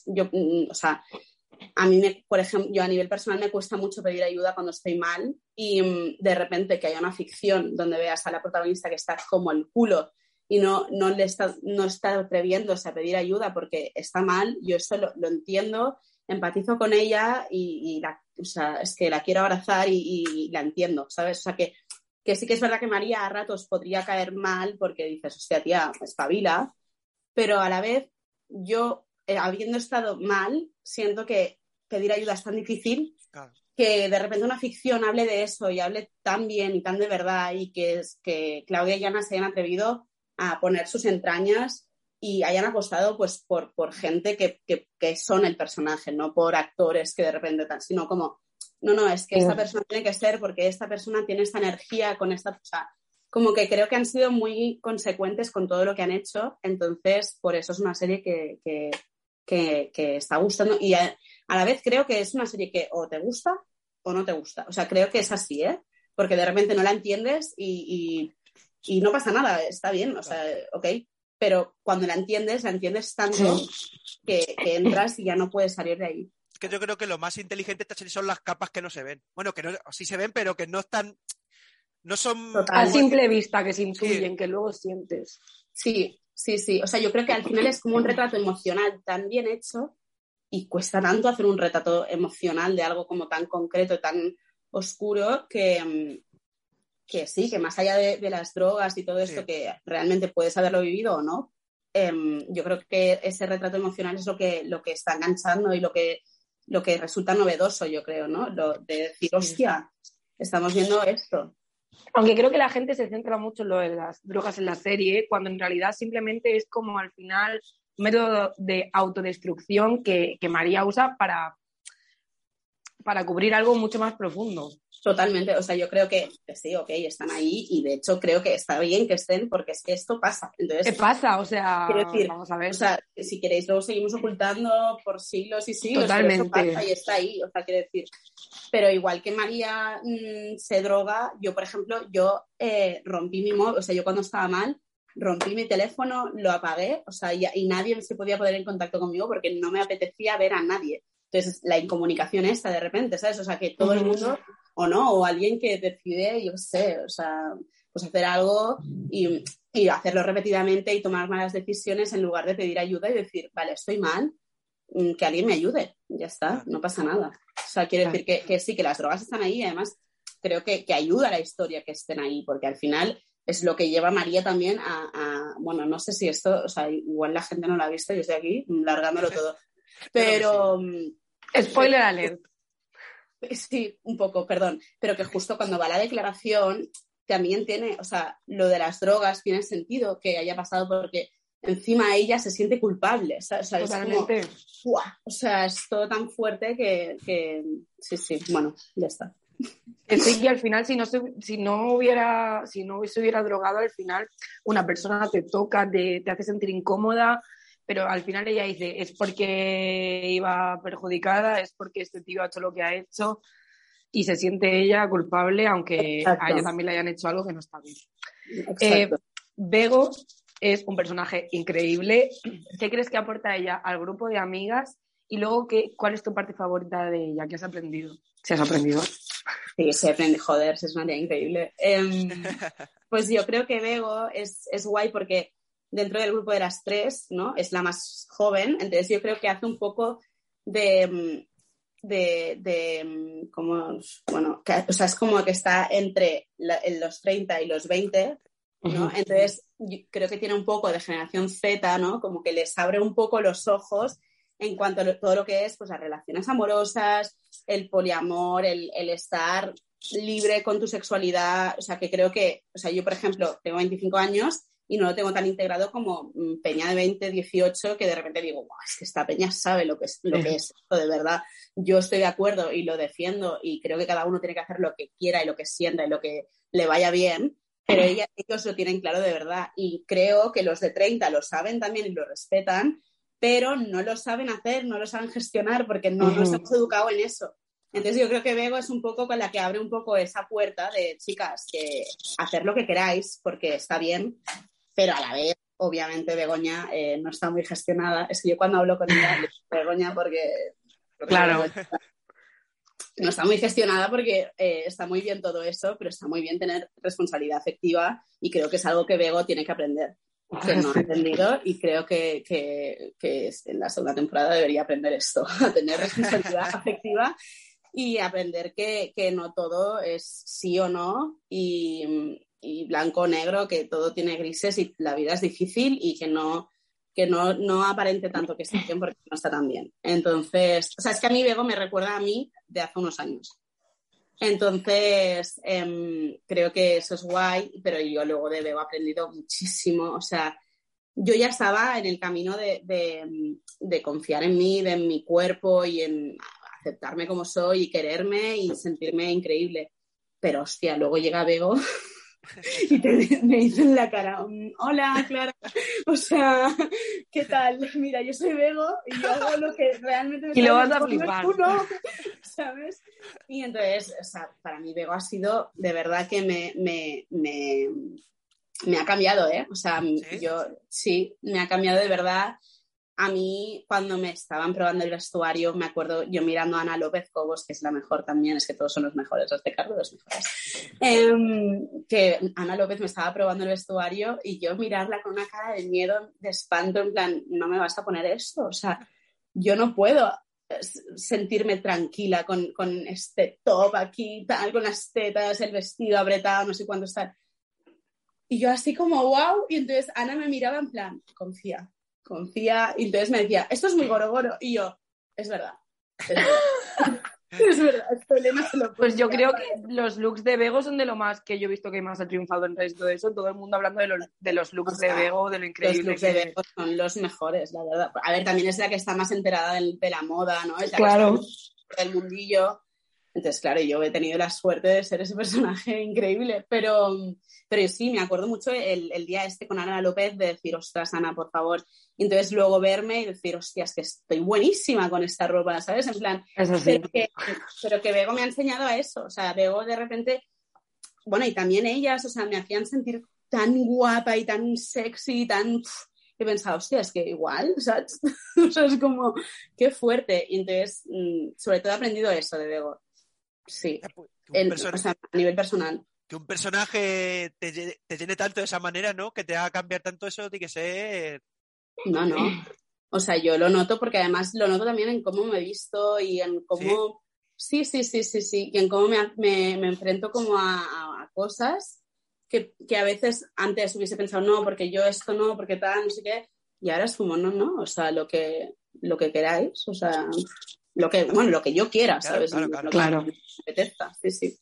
o sea, a mí, por ejemplo, yo a nivel personal me cuesta mucho pedir ayuda cuando estoy mal y de repente que haya una ficción donde veas a la protagonista que está como el culo y no está atreviéndose a pedir ayuda porque está mal, yo eso lo entiendo, empatizo con ella o sea, es que la quiero abrazar y la entiendo, ¿sabes? O sea, que sí que es verdad que María a ratos podría caer mal porque dices, hostia, tía, espabila, pero a la vez yo, habiendo estado mal, siento que pedir ayuda es tan difícil que de repente una ficción hable de eso y hable tan bien y tan de verdad y que Claudia y Ana se hayan atrevido a poner sus entrañas y hayan apostado pues por gente que son el personaje, no por actores que de repente sino como no, es que esta persona tiene que ser porque esta persona tiene esta energía con esta... O sea, como que creo que han sido muy consecuentes con todo lo que han hecho, entonces por eso es una serie que está gustando y a la vez creo que es una serie que o te gusta o no te gusta. O sea, creo que es así, porque de repente no la entiendes y no pasa nada, está bien, o sea, ok, pero cuando la entiendes tanto que entras y ya no puedes salir de ahí. Que yo creo que lo más inteligente de esta serie son las capas que no se ven. Bueno, que no, sí se ven, pero que no están... No son... A simple vista, que se intuyen, que luego sientes. Sí. O sea, yo creo que al final es como un retrato emocional tan bien hecho y cuesta tanto hacer un retrato emocional de algo como tan concreto, tan oscuro, que sí, que más allá de las drogas y todo esto, que realmente puedes haberlo vivido o no, yo creo que ese retrato emocional es lo que está enganchando y lo que resulta novedoso, yo creo, ¿no? Lo de decir, hostia, estamos viendo esto. Aunque creo que la gente se centra mucho en lo de las drogas en la serie, cuando en realidad simplemente es como al final un método de autodestrucción que María usa para cubrir algo mucho más profundo. Totalmente, o sea, yo creo que sí, ok, están ahí y de hecho creo que está bien que estén porque es que esto pasa. Entonces, ¿Qué pasa? O sea, quiero decir, vamos a ver. o sea, si queréis luego seguimos ocultando por siglos y siglos, Totalmente. pero eso pasa y está ahí, o sea, quiero decir. Pero igual que María se droga, yo, por ejemplo, rompí mi móvil, o sea, yo cuando estaba mal, rompí mi teléfono, lo apagué, o sea, y nadie se podía poner en contacto conmigo porque no me apetecía ver a nadie. Entonces, la incomunicación esta de repente, ¿sabes? O sea, que todo el mundo, o no, o alguien que decide, yo qué sé, o sea, pues hacer algo y hacerlo repetidamente y tomar malas decisiones en lugar de pedir ayuda y decir, vale, estoy mal, que alguien me ayude, ya está, no pasa nada. O sea, quiero decir que sí, que las drogas están ahí y además creo que ayuda a la historia que estén ahí, porque al final es lo que lleva a María también bueno, no sé si esto, o sea, igual la gente no lo ha visto, yo estoy aquí largándolo todo, pero... Spoiler alert. Sí, un poco, perdón, pero que justo cuando va la declaración también tiene, o sea, lo de las drogas tiene sentido que haya pasado porque encima ella se siente culpable, ¿sabes? O sea, totalmente. Es como, ¡buah! O sea, es todo tan fuerte que sí, bueno, ya está. Sí, que al final si no se hubiera drogado, al final una persona te toca, te hace sentir incómoda, pero al final ella dice, es porque iba perjudicada, es porque este tío ha hecho lo que ha hecho y se siente ella culpable, aunque Exacto. a ella también le hayan hecho algo que no está bien. Exacto. Bego es un personaje increíble. ¿Qué crees que aporta ella al grupo de amigas? Y luego, ¿cuál es tu parte favorita de ella? ¿Qué has aprendido? ¿Si has aprendido? Sí, se aprende, joder, es una tía increíble. Pues yo creo que Bego es guay porque dentro del grupo de las tres, ¿no? Es la más joven, entonces yo creo que hace un poco de como, bueno, o sea, es como que está entre los 30 y los 20, ¿no? Entonces yo creo que tiene un poco de generación Z, ¿no? Como que les abre un poco los ojos en cuanto a todo lo que es pues las relaciones amorosas, el poliamor, el estar libre con tu sexualidad, o sea, que creo que, o sea, yo, por ejemplo, tengo 25 años y no lo tengo tan integrado como Peña de 20, 18, que de repente digo, wow, es que esta Peña sabe lo que es esto de verdad. Yo estoy de acuerdo y lo defiendo y creo que cada uno tiene que hacer lo que quiera y lo que sienta y lo que le vaya bien, pero ellos lo tienen claro de verdad y creo que los de 30 lo saben también y lo respetan, pero no lo saben hacer, no lo saben gestionar porque no nos hemos educado en eso. Entonces yo creo que Bego es un poco con la que abre un poco esa puerta de, chicas, que hacer lo que queráis porque está bien, pero a la vez, obviamente, Begoña no está muy gestionada. Es que yo cuando hablo con ella, le digo Begoña porque claro. No está muy gestionada porque está muy bien todo eso, pero está muy bien tener responsabilidad afectiva y creo que es algo que Bego tiene que aprender, que no ha aprendido y creo que en la segunda temporada debería aprender esto, a tener responsabilidad afectiva y aprender que no todo es sí o no y blanco o negro, que todo tiene grises y la vida es difícil y que no aparente tanto que está bien porque no está tan bien. Entonces, o sea, es que a mí Bego me recuerda a mí de hace unos años. Entonces, creo que eso es guay, pero yo luego de Bego he aprendido muchísimo. O sea, yo ya estaba en el camino de confiar en mí, de mi cuerpo y en aceptarme como soy y quererme y sentirme increíble. Pero, hostia, luego llega Bego y me dice en la cara, hola, Clara, o sea, ¿qué tal? Mira, yo soy Bego y yo hago lo que realmente me y lo vas a flipar, ¿no? ¿Sabes? Y entonces, o sea, para mí Bego ha sido, de verdad que me ha cambiado, ¿eh? O sea, ¿Sí? Me ha cambiado de verdad. A mí, cuando me estaban probando el vestuario, me acuerdo yo mirando a Ana López Cobos, que es la mejor también, es que todos son los mejores, los de Carlos los mejores, que Ana López me estaba probando el vestuario y yo mirarla con una cara de miedo, de espanto, en plan, no me vas a poner esto, o sea, yo no puedo sentirme tranquila con este top aquí, tal, con las tetas, el vestido apretado, no sé cuánto está. Y yo así como, wow, y entonces Ana me miraba en plan, confía, y entonces me decía, esto es muy gorogoro, y yo, es verdad. Es verdad, esto Elena se lo pues yo creo que los looks de Bego son de lo más que yo he visto que más ha triunfado en todo eso, todo el mundo hablando de los looks de Bego, de lo increíble. Los looks de Bego son los mejores, la verdad. A ver, también es la que está más enterada de la moda, ¿no? Es la claro. que está del mundillo. Entonces, claro, yo he tenido la suerte de ser ese personaje increíble, pero sí, me acuerdo mucho el día este con Ana López de decir, ostras, Ana, por favor. Y entonces luego verme y decir, hostias, que estoy buenísima con esta ropa, ¿sabes? En plan, Eso sí. pero que Bego me ha enseñado a eso. O sea, Bego de repente, bueno, y también ellas, o sea, me hacían sentir tan guapa y tan sexy, tan... He pensado, hostia, es que igual, ¿sabes? O sea, es como, qué fuerte. Y entonces, sobre todo he aprendido eso de Bego. Sí, o sea, a nivel personal. Que un personaje te llene tanto de esa manera, ¿no? Que te haga cambiar tanto, eso tiene que ser... No. O sea, yo lo noto porque además lo noto también en cómo me he visto y en cómo... Sí. Y en cómo me enfrento como a cosas que a veces antes hubiese pensado, no, porque yo esto no, porque tal, no sé qué. Y ahora es como, no. O sea, lo que queráis. O sea, lo que yo quiera, ¿sabes? Claro. Lo que me apetezca. Sí.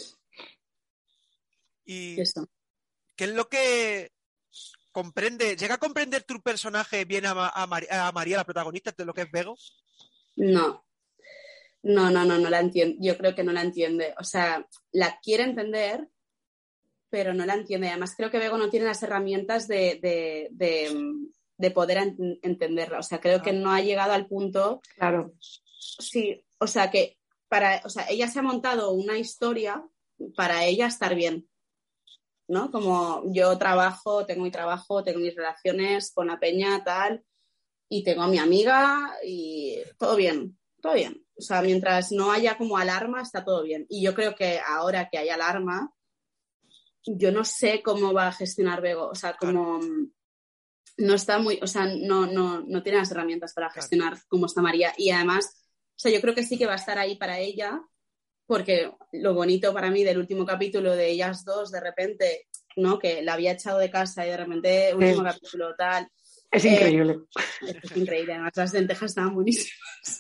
Y eso. ¿qué es lo que comprende? ¿Llega a comprender tu personaje bien a María, la protagonista, de lo que es Bego? No la entiendo. Yo creo que no la entiende. O sea, la quiere entender, pero no la entiende. Además, creo que Bego no tiene las herramientas de poder entenderla. O sea, creo que no ha llegado al punto. Claro. Sí, o sea, que ella se ha montado una historia para ella estar bien, ¿no? Como yo tengo mi trabajo, tengo mis relaciones con la peña, tal, y tengo a mi amiga y todo bien. O sea, mientras no haya como alarma, está todo bien. Y yo creo que ahora que hay alarma, yo no sé cómo va a gestionar Bego. O sea, como no está muy, o sea, no tiene las herramientas para gestionar cómo está María. Y además, o sea, yo creo que sí que va a estar ahí para ella, porque lo bonito para mí del último capítulo de ellas dos, de repente, ¿no? Que la había echado de casa y de repente, último capítulo, tal. Es increíble. Es increíble, además las lentejas estaban buenísimas.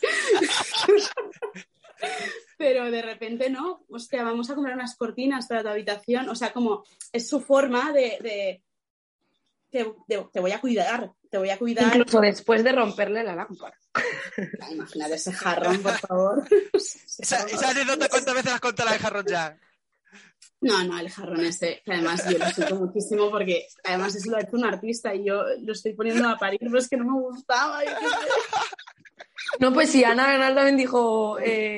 Pero de repente, no, hostia, vamos a comprar unas cortinas para tu habitación. O sea, como es su forma de te voy a cuidar. Incluso después de romperle la lámpara. Imagínate ese jarrón, por favor. Esa anécdota, ¿cuántas veces has contado la del jarrón ya? No, el jarrón ese, que además yo lo siento muchísimo porque además eso lo ha hecho un artista y yo lo estoy poniendo a parir, pero es que no me gustaba. No, pues sí, Ana Bernal también dijo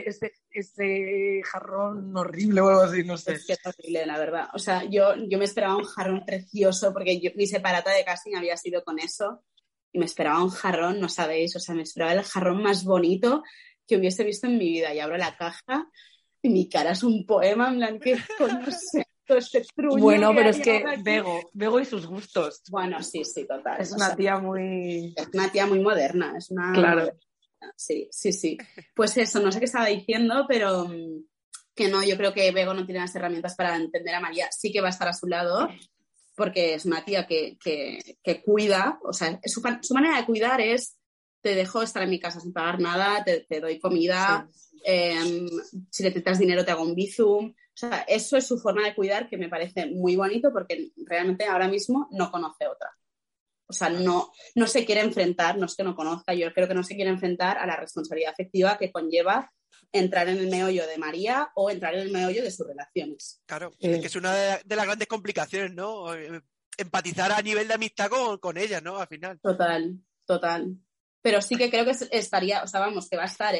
ese jarrón horrible o algo así, no sé. Es que es horrible, la verdad. O sea, yo me esperaba un jarrón precioso porque mi separata de casting había sido con eso y me esperaba un jarrón, no sabéis, o sea, me esperaba el jarrón más bonito que hubiese visto en mi vida y abro la caja y mi cara es un poema, en plan, ¿qué coño es esto? Este truño. Bueno, pero es que Bego y sus gustos. Bueno, sí, total. Es una tía muy... Es una tía muy moderna, es una... Claro. Sí. Pues eso, no sé qué estaba diciendo, pero que no, yo creo que Bego no tiene las herramientas para entender a María. Sí que va a estar a su lado, porque es una tía que cuida, o sea, su manera de cuidar es, te dejo estar en mi casa sin pagar nada, te doy comida, si necesitas dinero te hago un bizum. O sea, eso es su forma de cuidar, que me parece muy bonito porque realmente ahora mismo no conoce otra. O sea, no se quiere enfrentar, no es que no conozca, yo creo que no se quiere enfrentar a la responsabilidad afectiva que conlleva entrar en el meollo de María o entrar en el meollo de sus relaciones. Claro, es que es una de las grandes complicaciones, ¿no? Empatizar a nivel de amistad con ella, ¿no? Al final. Total. Pero sí que creo que estaría, o sea, vamos, que va a estar,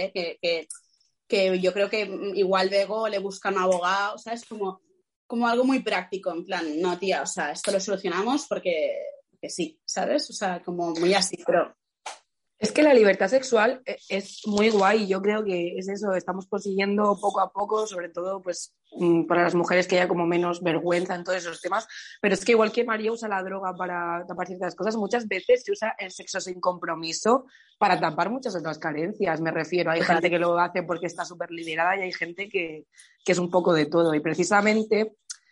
que yo creo que igual Bego le busca un abogado, o sea, es como algo muy práctico, en plan, no, tía, o sea, esto lo solucionamos porque sí, ¿sabes? O sea, como muy así, pero... Es que la libertad sexual es muy guay, yo creo que es eso, estamos consiguiendo poco a poco, sobre todo pues para las mujeres que haya como menos vergüenza en todos esos temas, pero es que igual que María usa la droga para tapar ciertas cosas, muchas veces se usa el sexo sin compromiso para tapar muchas otras carencias, me refiero, hay gente que lo hace porque está súper liberada y hay gente que es un poco de todo y precisamente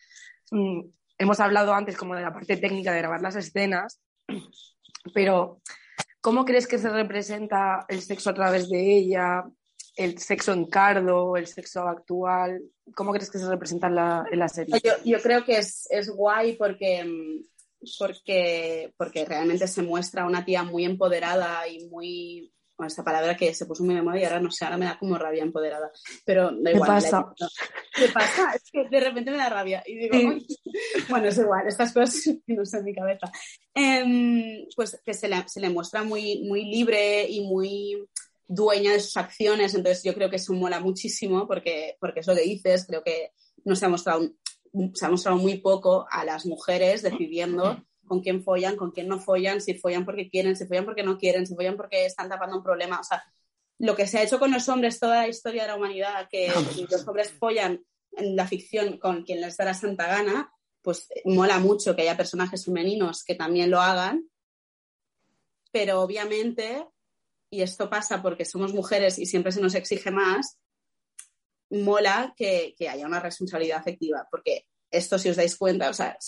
hemos hablado antes como de la parte técnica de grabar las escenas, pero... ¿Cómo crees que se representa el sexo a través de ella? ¿El sexo en cardo? ¿El sexo actual? ¿Cómo crees que se representa en la serie? Yo creo que es guay porque realmente se muestra una tía muy empoderada y muy... bueno, esta palabra que se puso muy de moda y ahora no sé, ahora me da como rabia empoderada, pero da ¿Qué igual. pasa? ¿Qué pasa? Es que de repente me da rabia y digo, Sí. bueno, es igual, estas cosas que no sé en mi cabeza. Pues que se le muestra muy, muy libre y muy dueña de sus acciones, entonces yo creo que eso mola muchísimo porque es lo que dices, creo que no se ha mostrado muy poco a las mujeres decidiendo con quién follan, con quién no follan, si follan porque quieren, si follan porque no quieren, si follan porque están tapando un problema. O sea, lo que se ha hecho con los hombres, toda la historia de la humanidad, que los hombres follan en la ficción con quien les da la santa gana, pues mola mucho que haya personajes femeninos que también lo hagan, pero obviamente, y esto pasa porque somos mujeres y siempre se nos exige más, mola que haya una responsabilidad afectiva, porque esto, si os dais cuenta,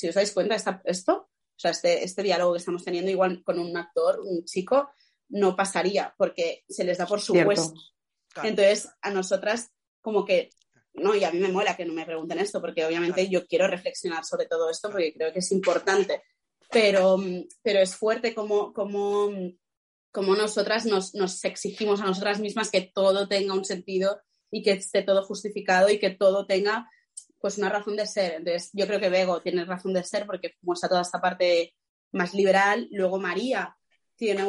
este diálogo que estamos teniendo igual con un actor, un chico, no pasaría, porque se les da por supuesto. Claro. Entonces, a nosotras, como que, no, y a mí me mola que no me pregunten esto, porque obviamente claro, yo quiero reflexionar sobre todo esto, porque creo que es importante, pero es fuerte como nosotras nos exigimos a nosotras mismas que todo tenga un sentido y que esté todo justificado y que todo tenga pues una razón de ser. Entonces yo creo que Bego tiene razón de ser porque muestra toda esta parte más liberal. Luego María tiene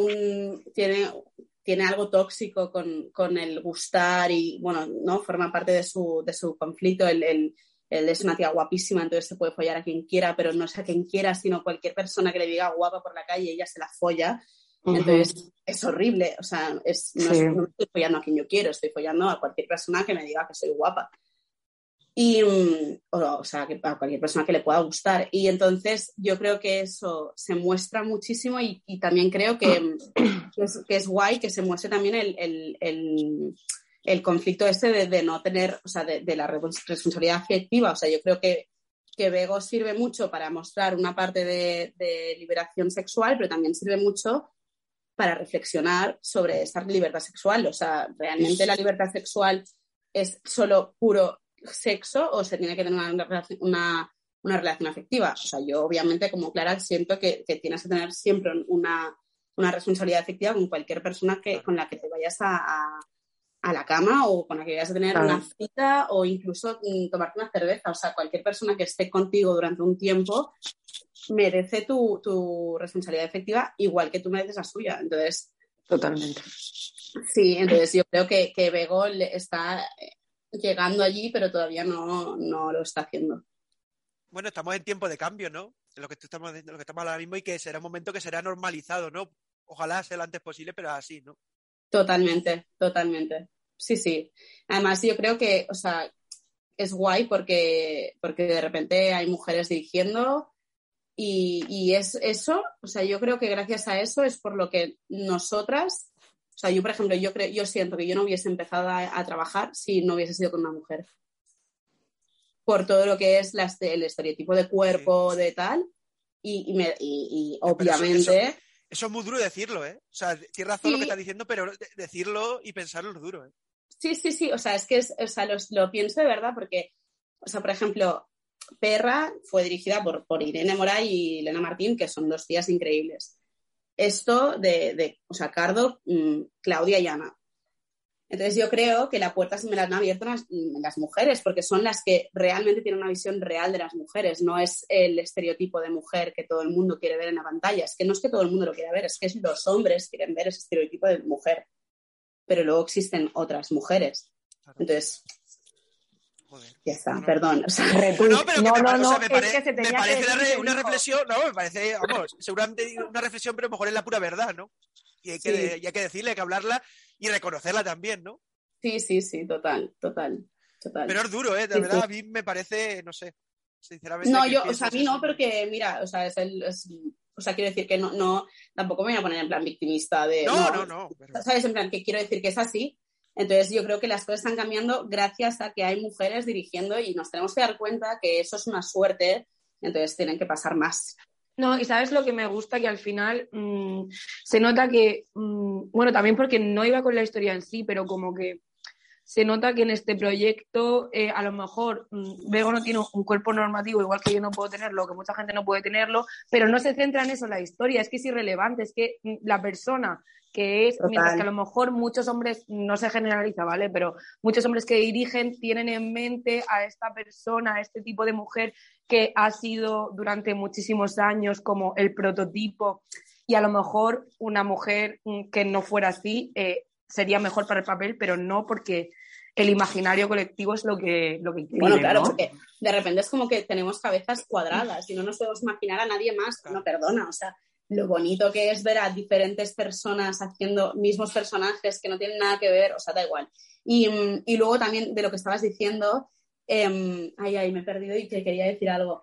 algo tóxico con el gustar y bueno, ¿no? Forma parte de su conflicto. Él es una tía guapísima, entonces se puede follar a quien quiera, pero no es a quien quiera, sino cualquier persona que le diga guapa por la calle, ella se la folla. Entonces, es horrible, o sea, no estoy follando a quien yo quiero, estoy follando a cualquier persona que me diga que soy guapa. O sea, que a cualquier persona que le pueda gustar. Y entonces yo creo que eso se muestra muchísimo y también creo que es guay que se muestre también el conflicto este de no tener, o sea, de la responsabilidad afectiva. O sea, yo creo que Bego sirve mucho para mostrar una parte de liberación sexual, pero también sirve mucho para reflexionar sobre esa libertad sexual. O sea, ¿realmente la libertad sexual es solo puro sexo o se tiene que tener una relación afectiva? O sea, yo obviamente como Clara siento que tienes que tener siempre una responsabilidad afectiva con cualquier persona con la que te vayas a la cama o con la que vayas a tener una cita o incluso tomarte una cerveza. O sea, cualquier persona que esté contigo durante un tiempo merece tu responsabilidad efectiva igual que tú mereces la suya. Entonces, totalmente. Sí, entonces yo creo que Bego está llegando allí, pero todavía no lo está haciendo. Bueno, estamos en tiempo de cambio, ¿no? En lo que estamos ahora mismo y que será un momento que será normalizado, ¿no? Ojalá sea lo antes posible, pero así, ¿no? Totalmente. Sí. Además, yo creo que, o sea, es guay porque de repente hay mujeres dirigiendo y es eso, o sea, yo creo que gracias a eso es por lo que nosotras, o sea, yo, por ejemplo, yo siento que yo no hubiese empezado a trabajar si no hubiese sido con una mujer. Por todo lo que es el estereotipo de cuerpo, sí, de tal, y obviamente... Eso es muy duro decirlo, ¿eh? O sea, tienes razón, sí, lo que estás diciendo, pero decirlo y pensarlo es duro, ¿eh? Sí, o sea, es que lo pienso de verdad porque, o sea, por ejemplo, Perra fue dirigida por Irene Moray y Elena Martín, que son dos tías increíbles. Esto o sea, Cardo, Claudia y Ana. Entonces yo creo que la puerta se me la han abierto las mujeres, porque son las que realmente tienen una visión real de las mujeres, no es el estereotipo de mujer que todo el mundo quiere ver en la pantalla, es que no es que todo el mundo lo quiera ver, es que los hombres quieren ver ese estereotipo de mujer, pero luego existen otras mujeres. Entonces... Joder. Ya está, perdón. O sea, me parece una reflexión, no, me parece, vamos, seguramente una reflexión, pero mejor es la pura verdad, ¿no? Y hay que decirle, hay que hablarla y reconocerla también, ¿no? Sí, total. Pero es duro, ¿eh? De verdad, a mí me parece, no sé, sinceramente. No, o sea, a mí no, porque, mira, o sea, o sea, quiero decir que no, tampoco me voy a poner en plan victimista de... No. Pero... ¿Sabes? En plan, que quiero decir que es así. Entonces yo creo que las cosas están cambiando gracias a que hay mujeres dirigiendo y nos tenemos que dar cuenta que eso es una suerte, entonces tienen que pasar más. No, y ¿sabes lo que me gusta? Que al final se nota que, bueno, también porque no iba con la historia en sí, pero como que se nota que en este proyecto a lo mejor Bego no tiene un cuerpo normativo igual que yo no puedo tenerlo, que mucha gente no puede tenerlo, pero no se centra en eso la historia, es que es irrelevante, es que la persona que es, mientras que a lo mejor muchos hombres, no se generaliza, ¿vale? Pero muchos hombres que dirigen tienen en mente a esta persona, a este tipo de mujer que ha sido durante muchísimos años como el prototipo, y a lo mejor una mujer que no fuera así sería mejor para el papel, pero no porque el imaginario colectivo es lo que incide, bueno, claro, ¿no? porque de repente es como que tenemos cabezas cuadradas y no nos podemos imaginar a nadie más. No, perdona, o sea, lo bonito que es ver a diferentes personas haciendo mismos personajes que no tienen nada que ver, o sea, da igual. Y luego también de lo que estabas diciendo, me he perdido y que quería decir algo.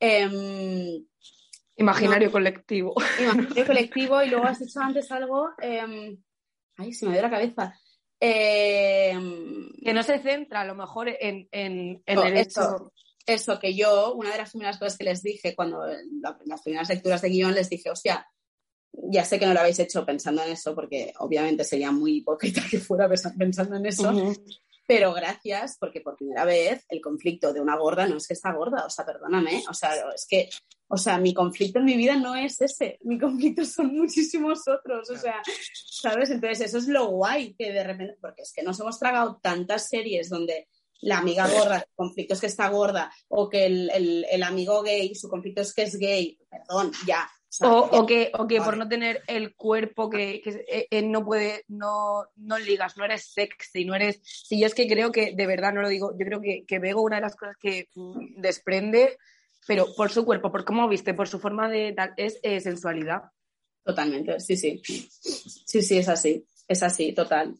Imaginario colectivo. Imaginario colectivo, y luego has dicho antes algo, se me dio la cabeza. Que no se centra a lo mejor en el hecho... Eso, que yo, una de las primeras cosas que les dije cuando las primeras lecturas de guión, les dije, hostia, ya sé que no lo habéis hecho pensando en eso, porque obviamente sería muy hipócrita que fuera pensando en eso, pero gracias, porque por primera vez el conflicto de una gorda no es que está gorda, o sea, perdóname, o sea, es que, o sea, mi conflicto en mi vida no es ese, mi conflicto son muchísimos otros, o sea, ¿sabes? Entonces eso es lo guay, que de repente, porque es que nos hemos tragado tantas series donde la amiga gorda, su conflicto es que está gorda, o que el amigo gay, su conflicto es que es gay, perdón, ya. O que por no tener el cuerpo que no puede, no ligas, no eres sexy, no eres... Si yo es que creo que, de verdad no lo digo, yo creo que Bego, una de las cosas que desprende, pero por su cuerpo, por cómo viste, por su forma de tal, es sensualidad. Totalmente, sí, es así, total.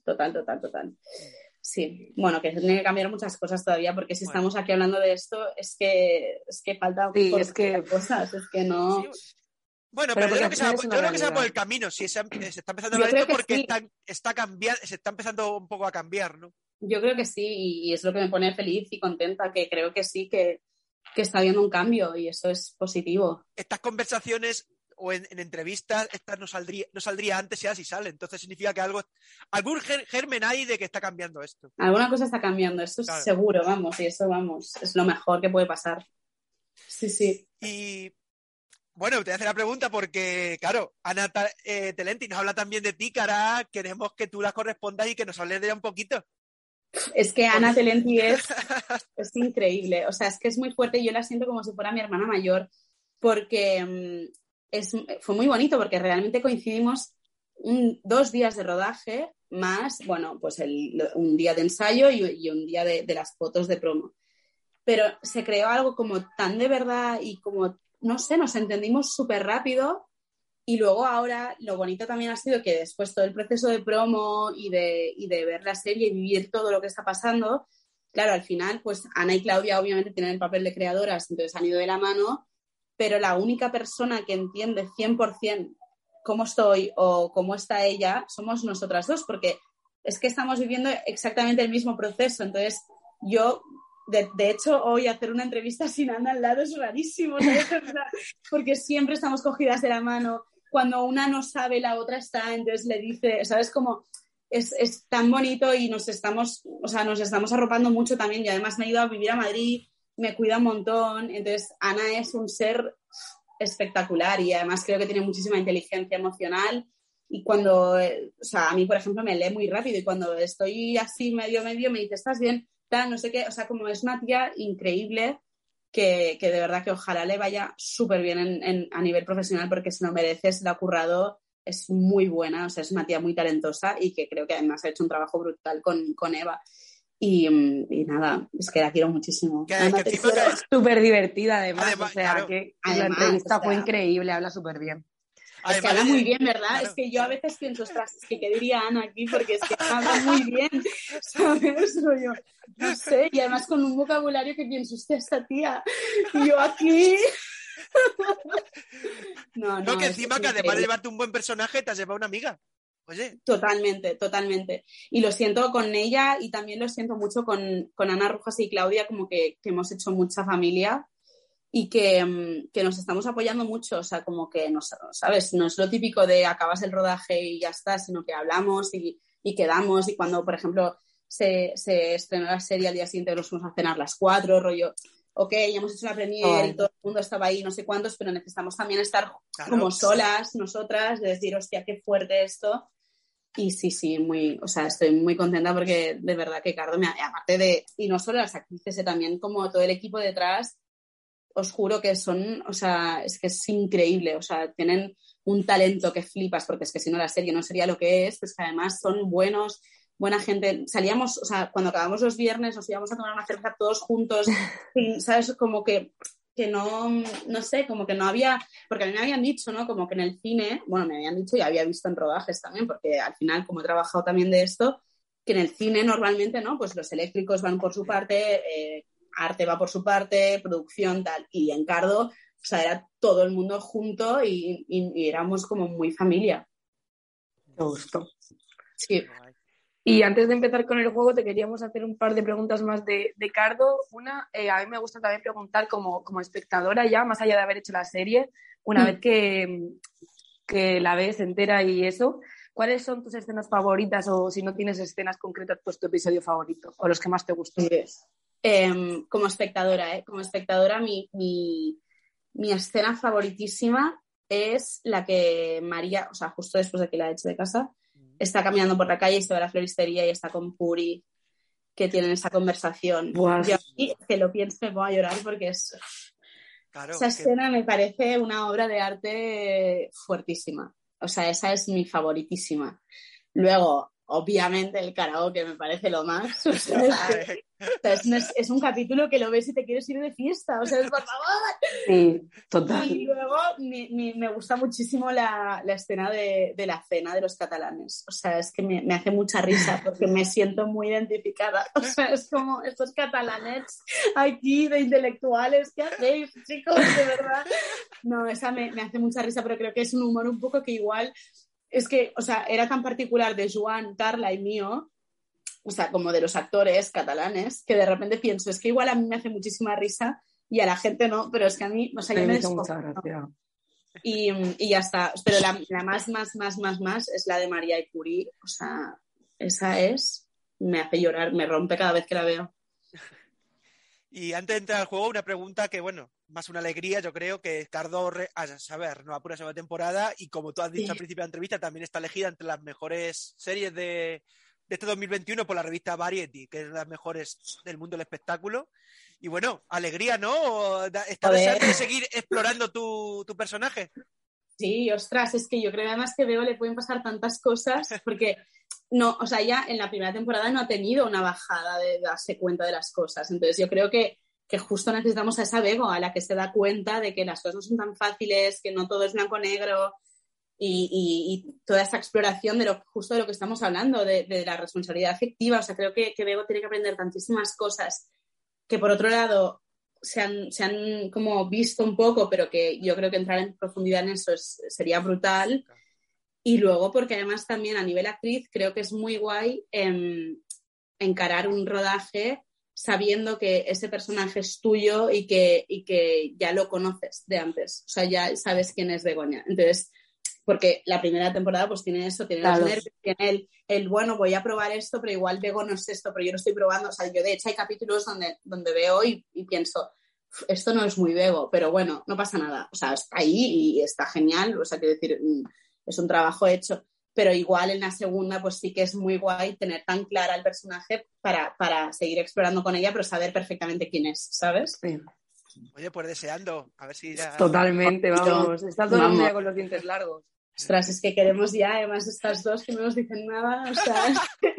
Sí, bueno, que se tienen que cambiar muchas cosas todavía, porque si estamos aquí hablando de esto, es que falta cosas, es que no... Sí. Bueno, pero yo creo que se va por el camino. Si se está empezando a ver esto porque sí. Está cambiando, se está empezando un poco a cambiar, ¿no? Yo creo que sí, y es lo que me pone feliz y contenta, que creo que sí, que está habiendo un cambio, y eso es positivo. Estas conversaciones o en entrevistas, estas no saldría antes ya si sale. Entonces significa que algún germen hay de que está cambiando esto. Alguna cosa está cambiando, eso claro. Es seguro, vamos, y eso, vamos, es lo mejor que puede pasar. Sí. Y... bueno, te voy a hacer la pregunta porque, claro, Ana Telenti nos habla también de ti, cara. Queremos que tú la correspondas y que nos hables de ella un poquito. Es que Ana Telenti es increíble. O sea, es que es muy fuerte y yo la siento como si fuera mi hermana mayor, porque fue muy bonito, porque realmente coincidimos 2 días de rodaje más, bueno, pues un día de ensayo y un día de las fotos de promo. Pero se creó algo como tan de verdad y como... no sé, nos entendimos súper rápido, y luego ahora lo bonito también ha sido que después todo el proceso de promo y de ver la serie y vivir todo lo que está pasando, claro, al final pues Ana y Claudia obviamente tienen el papel de creadoras, entonces han ido de la mano, pero la única persona que entiende 100% cómo estoy o cómo está ella somos nosotras dos, porque es que estamos viviendo exactamente el mismo proceso. Entonces yo... De hecho, hoy hacer una entrevista sin Ana al lado es rarísimo, ¿sabes? Porque siempre estamos cogidas de la mano. Cuando una no sabe, la otra está, entonces le dice, ¿sabes? Como es tan bonito, y nos estamos arropando mucho también, y además me he ido a vivir a Madrid, me cuida un montón. Entonces Ana es un ser espectacular, y además creo que tiene muchísima inteligencia emocional, y cuando, o sea, a mí, por ejemplo, me lee muy rápido, y cuando estoy así medio me dice, ¿estás bien? No sé qué, o sea, como es una tía increíble, que de verdad que ojalá le vaya súper bien a nivel profesional, porque se lo merece, se lo ha currado, es muy buena, o sea, es una tía muy talentosa, y que creo que además ha hecho un trabajo brutal con Eva. Y nada, es que la quiero muchísimo. Es súper divertida, además, o sea, claro. que la entrevista fue increíble, habla súper bien. Es que habla muy bien, ¿verdad? Claro. Es que yo a veces pienso, ostras, es que ¿qué diría Ana aquí? Porque es que habla muy bien, ¿sabes? Yo, no sé, y además con un vocabulario que pienso, usted, esta tía, y yo aquí... No, que encima que además de llevarte un buen personaje, te has llevado una amiga. Oye. Totalmente. Y lo siento con ella, y también lo siento mucho con Ana Rojas y Claudia, como que hemos hecho mucha familia. Y que nos estamos apoyando mucho, o sea, como que, ¿sabes? No es lo típico de acabas el rodaje y ya está, sino que hablamos y quedamos, y cuando, por ejemplo, se estrenó la serie, al día siguiente nos fuimos a cenar las 4, rollo, ok, ya hemos hecho la premiere y todo el mundo estaba ahí, no sé cuántos, pero necesitamos también estar como solas, nosotras, de decir, hostia, qué fuerte esto. Y sí, o sea, estoy muy contenta porque de verdad que Cardo, aparte de, y no solo las actrices, también como todo el equipo detrás, os juro que son, o sea, es que es increíble, o sea, tienen un talento que flipas, porque es que si no la serie no sería lo que es, pues que además son buenos, buena gente. Salíamos, o sea, cuando acabamos los viernes nos íbamos a tomar una cerveza todos juntos, ¿sabes? Como que no sé, como que no había, porque a mí me habían dicho, ¿no? Como que en el cine, bueno, me habían dicho y había visto en rodajes también, porque al final, como he trabajado también de esto, que en el cine normalmente, ¿no? Pues los eléctricos van por su parte, arte va por su parte, producción, tal, y en Cardo, o sea, era todo el mundo junto y éramos como muy familia. Me gustó. Sí. Y antes de empezar con el juego, te queríamos hacer un par de preguntas más de Cardo. Una, a mí me gusta también preguntar como espectadora ya, más allá de haber hecho la serie, una vez que la ves entera y eso, ¿cuáles son tus escenas favoritas o si no tienes escenas concretas, pues tu episodio favorito o los que más te gustan? Como espectadora, mi escena favoritísima es la que María, o sea, justo después de que la eche de casa, está caminando por la calle y se va a la floristería y está con Puri, que tienen esa conversación. Buah. Yo aquí, que lo pienso, me pongo a llorar porque Claro, esa escena me parece una obra de arte fuertísima. O sea, esa es mi favoritísima. Luego, obviamente, el karaoke me parece lo más. O sea, es un capítulo que lo ves y te quieres ir de fiesta. O sea, es por favor. Sí, total. Y luego me gusta muchísimo la escena de la cena de los catalanes. O sea, es que me hace mucha risa porque me siento muy identificada. O sea, es como estos catalanes aquí de intelectuales. ¿Qué hacéis, chicos? De verdad. No, esa me hace mucha risa, pero creo que es un humor un poco que igual... Es que, o sea, era tan particular de Joan, Carla y mío, o sea, como de los actores catalanes, que de repente pienso, es que igual a mí me hace muchísima risa y a la gente no, pero es que a mí, o sea, yo me hizo mucha gracia. Y ya está. Pero la más es la de María y Curie. O sea, esa me hace llorar, me rompe cada vez que la veo. Y antes de entrar al juego, una pregunta que, bueno, más una alegría, yo creo que Cardo, a saber, no va por una segunda temporada y como tú has dicho al principio de la entrevista, también está elegida entre las mejores series de este 2021 por la revista Variety, que es de las mejores del mundo del espectáculo. Y bueno, alegría, ¿no? ¿Estás deseando de seguir explorando tu personaje? Sí, ostras, es que yo creo además que Veo le pueden pasar tantas cosas porque no, o sea, ya en la primera temporada no ha tenido una bajada de darse cuenta de las cosas. Entonces yo creo que justo necesitamos a esa Vego, a la que se da cuenta de que las cosas no son tan fáciles, que no todo es blanco-negro y toda esta exploración de justo de lo que estamos hablando, de la responsabilidad afectiva. O sea, creo que Vego tiene que aprender tantísimas cosas que por otro lado se han como visto un poco, pero que yo creo que entrar en profundidad en eso sería brutal. Y luego porque además también a nivel actriz creo que es muy guay encarar un rodaje sabiendo que ese personaje es tuyo y que ya lo conoces de antes. O sea, ya sabes quién es Begoña. Entonces, porque la primera temporada pues tiene eso, tiene los nervios, tiene el bueno, voy a probar esto, pero igual Bego no es esto, pero yo lo estoy probando. O sea, yo de hecho hay capítulos donde veo y pienso, esto no es muy Bego, pero bueno, no pasa nada. O sea, está ahí y está genial. O sea, quiero decir, es un trabajo hecho. Pero igual en la segunda pues sí que es muy guay tener tan clara el personaje para seguir explorando con ella, pero saber perfectamente quién es, ¿sabes? Sí. Oye, pues deseando, a ver si ya... Totalmente, vamos. Está todo el día con los dientes largos. Ostras, es que queremos ya, además estas dos que no nos dicen nada, o sea,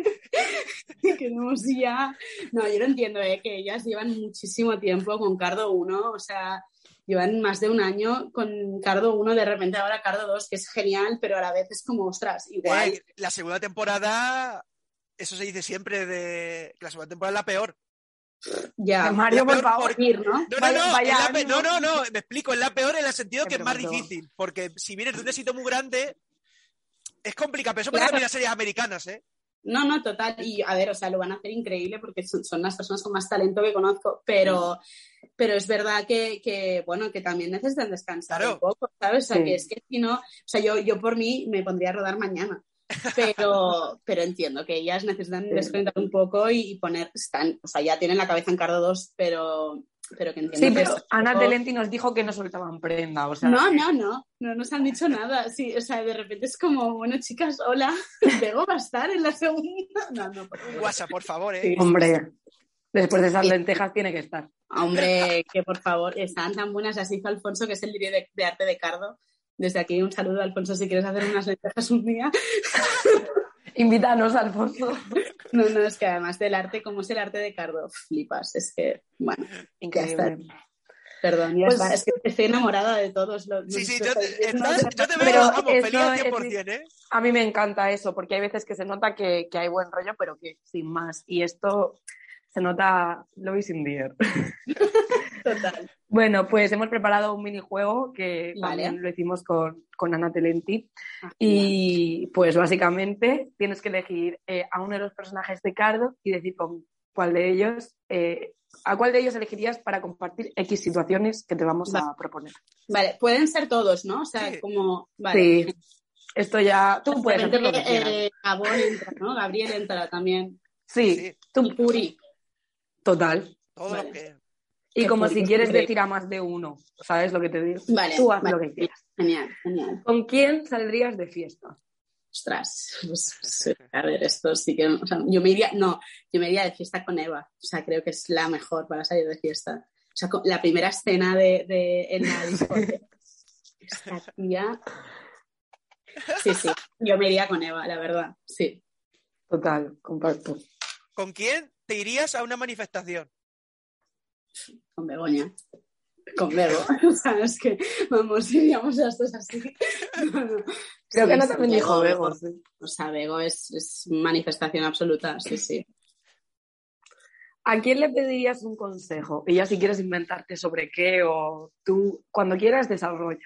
queremos ya... No, yo lo entiendo, que ellas llevan muchísimo tiempo con Cardo 1, o sea, llevan más de un año con Cardo 1, de repente ahora Cardo 2, que es genial, pero a la vez es como, ostras, igual... la segunda temporada, eso se dice siempre, que la segunda temporada es la peor. Ya, Mario, por favor, ¿no? No, me explico, es la peor en el sentido que es más difícil, porque si vienes de un éxito muy grande, es complicado, pero eso pasa en las series americanas, ¿eh? No, total, y a ver, o sea, lo van a hacer increíble porque son las personas con más talento que conozco, pero es verdad que bueno, que también necesitan descansar un poco, ¿sabes? O sea, que es que si no, o sea, yo por mí me pondría a rodar mañana. pero entiendo que ellas necesitan desconectar un poco y poner, o sea, ya tienen la cabeza en Cardo 2, pero que entiendo. Sí, que pero es Ana poco... Telenti nos dijo que no soltaban prenda, o sea... No nos han dicho nada. Sí, o sea, de repente es como, bueno, chicas, hola, ¿Bego va a estar en la segunda? No, por favor. Un WhatsApp, por favor, ¿eh? Sí. Hombre, después de esas lentejas tiene que estar. Hombre, que por favor, están tan buenas. Así hizo Alfonso, que es el director de arte de Cardo. Desde aquí un saludo, Alfonso, si quieres hacer unas lentejas un día. Invítanos, Alfonso. No, es que además del arte, como es el arte de Cardo, flipas. Es que, bueno, increíble. Perdón, ya pues, está. Es que estoy enamorada de todos los... Sí, yo te veo, vamos, feliz al 100%, ¿eh? A mí me encanta eso, porque hay veces que se nota que hay buen rollo, pero que sin más. Y esto se nota love is in the air. Total. Bueno, pues hemos preparado un minijuego que también lo hicimos con Ana Telenti. Y pues básicamente tienes que elegir a uno de los personajes de Cardo y decir con cuál de ellos... ¿A cuál de ellos elegirías para compartir X situaciones que te vamos a proponer? Vale, pueden ser todos, ¿no? O sea, sí. Como... Vale. Sí, esto ya... Tú puedes hacer lo que quieras. Gabón entra, ¿no? Gabriel entra también. Sí. Tú... Y Puri. Total. Todo lo que... Y como si quieres decir a más de uno, ¿sabes lo que te digo? Vale. Tú haz lo que quieras. Genial. ¿Con quién saldrías de fiesta? Ostras, pues, a ver, esto sí que... O sea, yo me iría de fiesta con Eva. O sea, creo que es la mejor para salir de fiesta. O sea, la primera escena en la discoteca. Esta tía... Sí, yo me iría con Eva, la verdad, sí. Total, comparto. ¿Con quién te irías a una manifestación? Con Begoña. Con Bego. O sea, es que, vamos, iríamos las dos así. No. Creo que no también dijo Bego. Sí. O sea, Bego es manifestación absoluta, sí. ¿A quién le pedirías un consejo? Y ya si quieres inventarte sobre qué o tú, cuando quieras, desarrolla.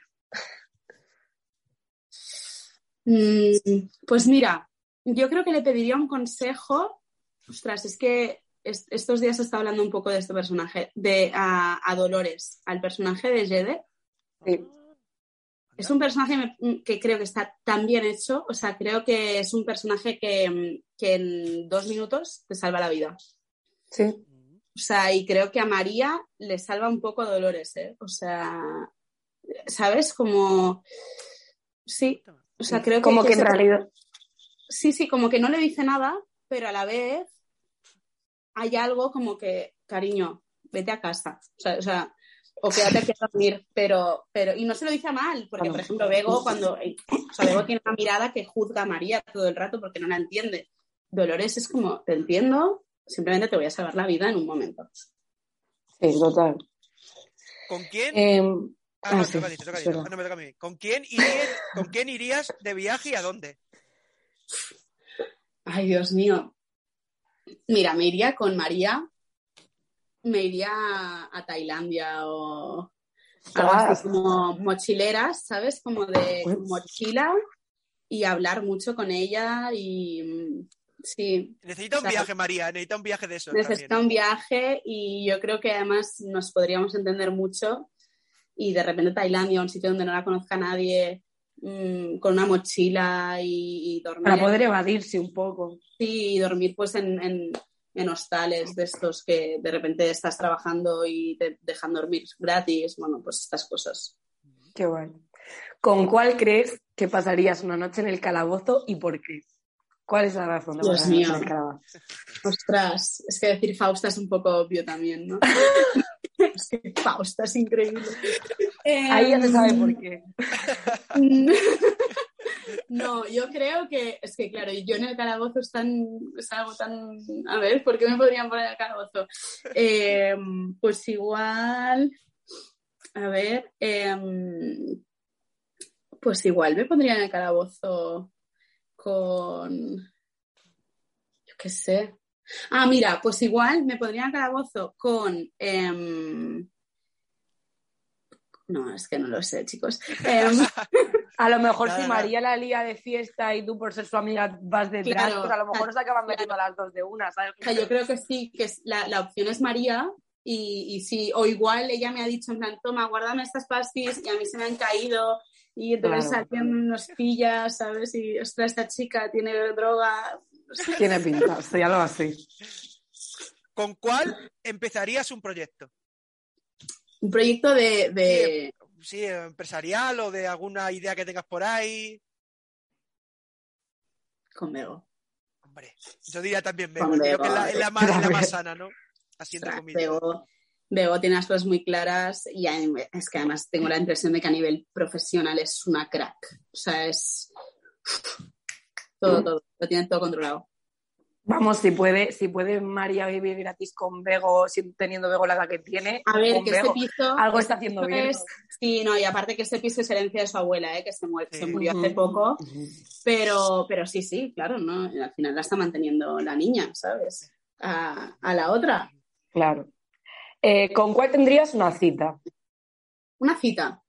Pues mira, yo creo que le pediría un consejo. Ostras, es que estos días se está hablando un poco de este personaje, a Dolores, al personaje de Jede. Sí. Es un personaje que creo que está tan bien hecho, o sea, creo que es un personaje que en 2 minutos te salva la vida. Sí. O sea, y creo que a María le salva un poco Dolores, ¿eh? O sea, ¿sabes? Como... Sí, o sea, creo que... Como que en realidad... Sí, como que no le dice nada, pero a la vez hay algo como que, cariño, vete a casa. O sea, o quédate aquí a dormir, pero... Y no se lo dice mal, porque, por ejemplo, Bego, Bego tiene una mirada que juzga a María todo el rato porque no la entiende. Dolores es como, te entiendo, simplemente te voy a salvar la vida en un momento. Sí, total. ¿Con quién? Sí, me toca a mí. ¿Con quién irías de viaje y a dónde? Ay, Dios mío. Mira, me iría con María, me iría a Tailandia o algo así como mochileras, ¿sabes? Como de mochila y hablar mucho con ella y sí. Necesita un viaje, María, necesita un viaje de eso. Necesita también un viaje y yo creo que además nos podríamos entender mucho y de repente Tailandia, un sitio donde no la conozca nadie, con una mochila y dormir. Para poder evadirse un poco. Sí, y dormir pues en hostales de estos que de repente estás trabajando y te dejan dormir gratis, bueno, pues estas cosas. Qué bueno. ¿Con cuál crees que pasarías una noche en el calabozo y por qué? ¿Cuál es la razón de pasar una noche en el calabozo? Ostras, es que decir Fausta es un poco obvio también, ¿no? Es que Fausta es increíble. Ahí ya se sabe por qué. No, yo creo que es que, claro, yo en el calabozo es algo tan... A ver, ¿por qué me podrían poner en el calabozo? Pues igual... A ver... Pues igual me pondría en el calabozo con... Yo qué sé. Ah, mira, pues igual me pondría en el calabozo con... No, es que no lo sé, chicos. A lo mejor si María la lía de fiesta y tú por ser su amiga vas detrás, claro, pues a lo mejor nos acaban metiendo a las dos de una, ¿sabes? O sea, yo creo que sí, que la opción es María y sí, o igual ella me ha dicho en plan, toma, guárdame estas pastis y a mí se me han caído y entonces Claro. alguien nos pilla, ¿sabes? Y, ostras, esta chica tiene droga. Tiene pinta, sí, algo así. ¿Con cuál empezarías un proyecto? Un proyecto de... Sí, empresarial o de alguna idea que tengas por ahí. Con Bego. Hombre, yo diría también Bego. Con Creo que Bego, es la más sana, ¿no? Así entre ostras, comillas. Bego tiene las cosas muy claras y es que además tengo la impresión de que a nivel profesional es una crack. O sea, es... Todo. Lo tiene todo controlado. Vamos, si puede María vivir gratis con Bego, teniendo Bego la edad que tiene, A ver, con que Bego, este piso... algo está haciendo bien. Sí, no, y aparte que este piso es herencia de su abuela, que se murió hace poco. Pero sí, claro, ¿no? Al final la está manteniendo la niña, ¿sabes? A la otra. Claro. ¿Con cuál tendrías una cita? Una cita.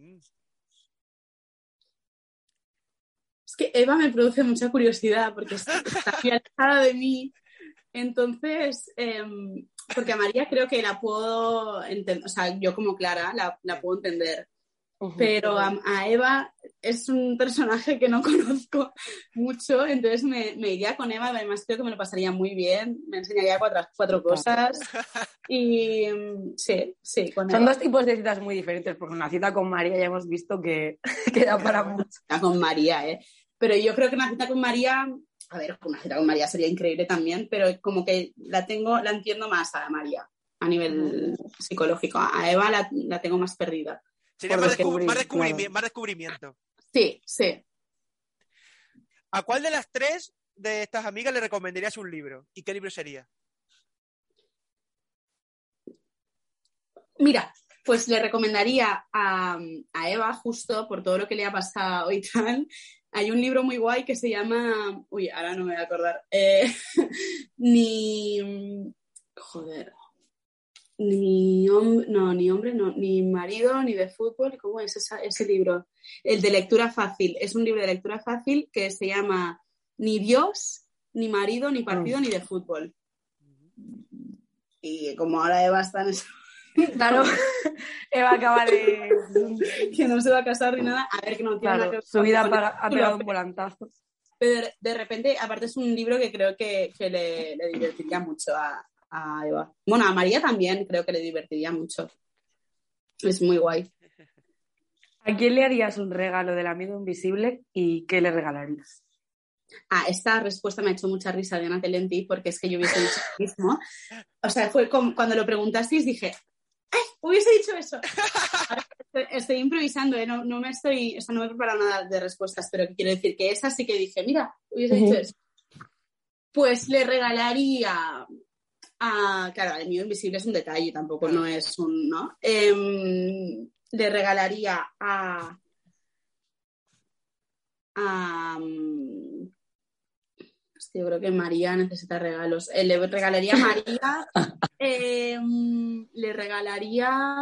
Es que Eva me produce mucha curiosidad porque está muy alejada de mí. Entonces, porque a María creo que la puedo entender, o sea, yo como Clara la puedo entender. Pero a Eva es un personaje que no conozco mucho, entonces me iría con Eva, además creo que me lo pasaría muy bien, me enseñaría cuatro cosas y sí, con Eva. Son dos tipos de citas muy diferentes, porque una cita con María ya hemos visto que da para mucho. Con María, pero yo creo que una cita con María, a ver, una cita con María sería increíble también, pero como que la entiendo más a María a nivel psicológico, a Eva la tengo más perdida. Sería más descubrimiento. Sí. ¿A cuál de las tres de estas amigas le recomendarías un libro? ¿Y qué libro sería? Mira, pues le recomendaría a Eva, justo por todo lo que le ha pasado y tal. Hay un libro muy guay que se llama... Uy, ahora no me voy a acordar. Joder... Ni marido, ni de fútbol. ¿Cómo es ese libro? El de lectura fácil. Es un libro de lectura fácil que se llama Ni Dios, ni marido, ni partido, ni de fútbol. Y como ahora Eva está en eso... Claro, Eva acaba de... que no se va a casar ni nada. A ver, que no tiene nada que ver. Su vida ha pegado un volantazo. Pero de repente, aparte es un libro que creo que le divertiría mucho a Eva. Bueno, a María también creo que le divertiría mucho. Es muy guay. ¿A quién le harías un regalo del amigo invisible y qué le regalarías? Esta respuesta me ha hecho mucha risa de Ana Telenti porque es que yo hubiese dicho lo mismo. O sea, fue cuando lo preguntasteis dije, ¡ay! Hubiese dicho eso. Estoy improvisando, no me he preparado nada de respuestas, pero quiero decir que esa sí que dije, mira, hubiese dicho eso. Pues le regalaría... claro, el mío invisible es un detalle, tampoco no es un, ¿no? Le regalaría yo creo que María necesita regalos. Le regalaría a María, le regalaría...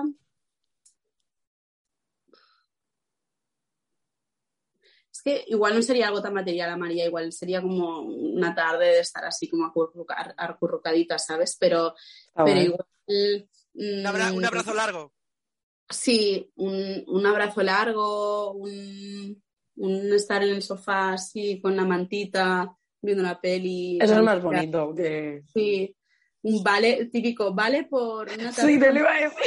Es que igual no sería algo tan material a María, igual sería como una tarde de estar así como acurrucadita, ¿sabes? Pero igual... Un abrazo largo. Sí, un abrazo largo, un estar en el sofá así con la mantita, viendo una peli. Eso es más bonito que... Sí, un vale, típico, vale por una tarde. Sí, te lo iba a decir.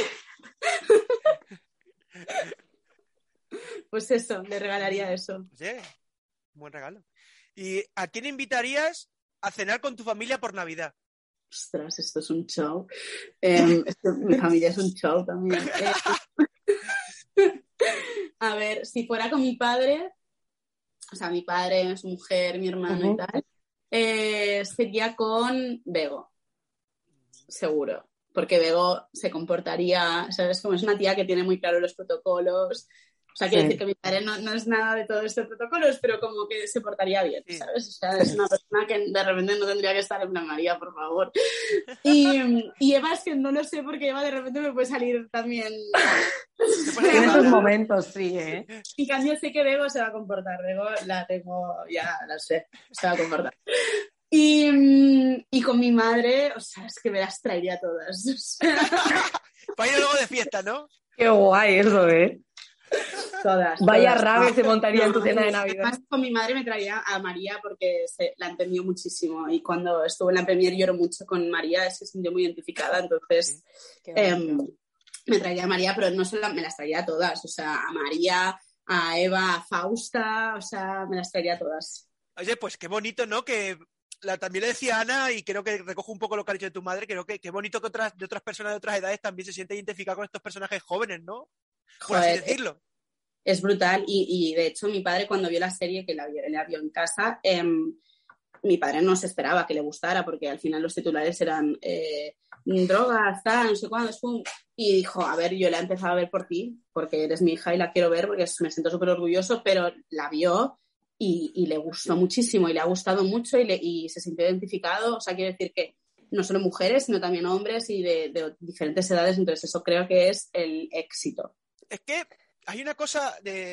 Pues eso, le regalaría eso. Sí, buen regalo. ¿Y a quién invitarías a cenar con tu familia por Navidad? Ostras, esto es un show. Mi familia es un show también. A ver, si fuera con mi padre, o sea, mi padre, su mujer, mi hermano y tal, sería con Bego, seguro. Porque Bego se comportaría, ¿sabes? Como es una tía que tiene muy claro los protocolos. O sea, quiero decir que mi padre no es nada de todo este protocolos, pero como que se portaría bien, ¿sabes? O sea, es una persona que de repente no tendría que estar en plan María, por favor. Y Eva es que no lo sé porque Eva de repente me puede salir también... En esos momentos, sí, ¿eh? En cambio sé que Bego se va a comportar. Bego la tengo, ya la sé, se va a comportar. Y con mi madre, o sea, es que me las traería todas. O sea... Para ir luego de fiesta, ¿no? Qué guay eso, ¿eh? Todas. Vaya todas. rave se montaría en tu No, cena de Navidad. Además, con mi madre me traía a María porque la entendió muchísimo y cuando estuve en la premier lloró mucho con María, se sintió muy identificada, entonces me traía a María, pero no solo me las traía a todas, o sea, a María, a Eva, a Fausta, o sea, me las traía a todas. Oye, pues qué bonito, ¿no? Que también le decía Ana, y creo que recojo un poco lo que ha dicho de tu madre, creo que qué bonito que de otras personas de otras edades también se siente identificada con estos personajes jóvenes, ¿no? Por así Joder, decirlo. es brutal y de hecho mi padre cuando vio la serie, que la vio en casa, mi padre no se esperaba que le gustara porque al final los titulares eran drogas, tal, no sé cuándo, y dijo, a ver, yo la he empezado a ver por ti porque eres mi hija y la quiero ver porque me siento súper orgulloso, pero la vio y le gustó muchísimo y le ha gustado mucho y se sintió identificado, o sea, quiero decir que no solo mujeres, sino también hombres y de diferentes edades, entonces eso creo que es el éxito. Es que hay una cosa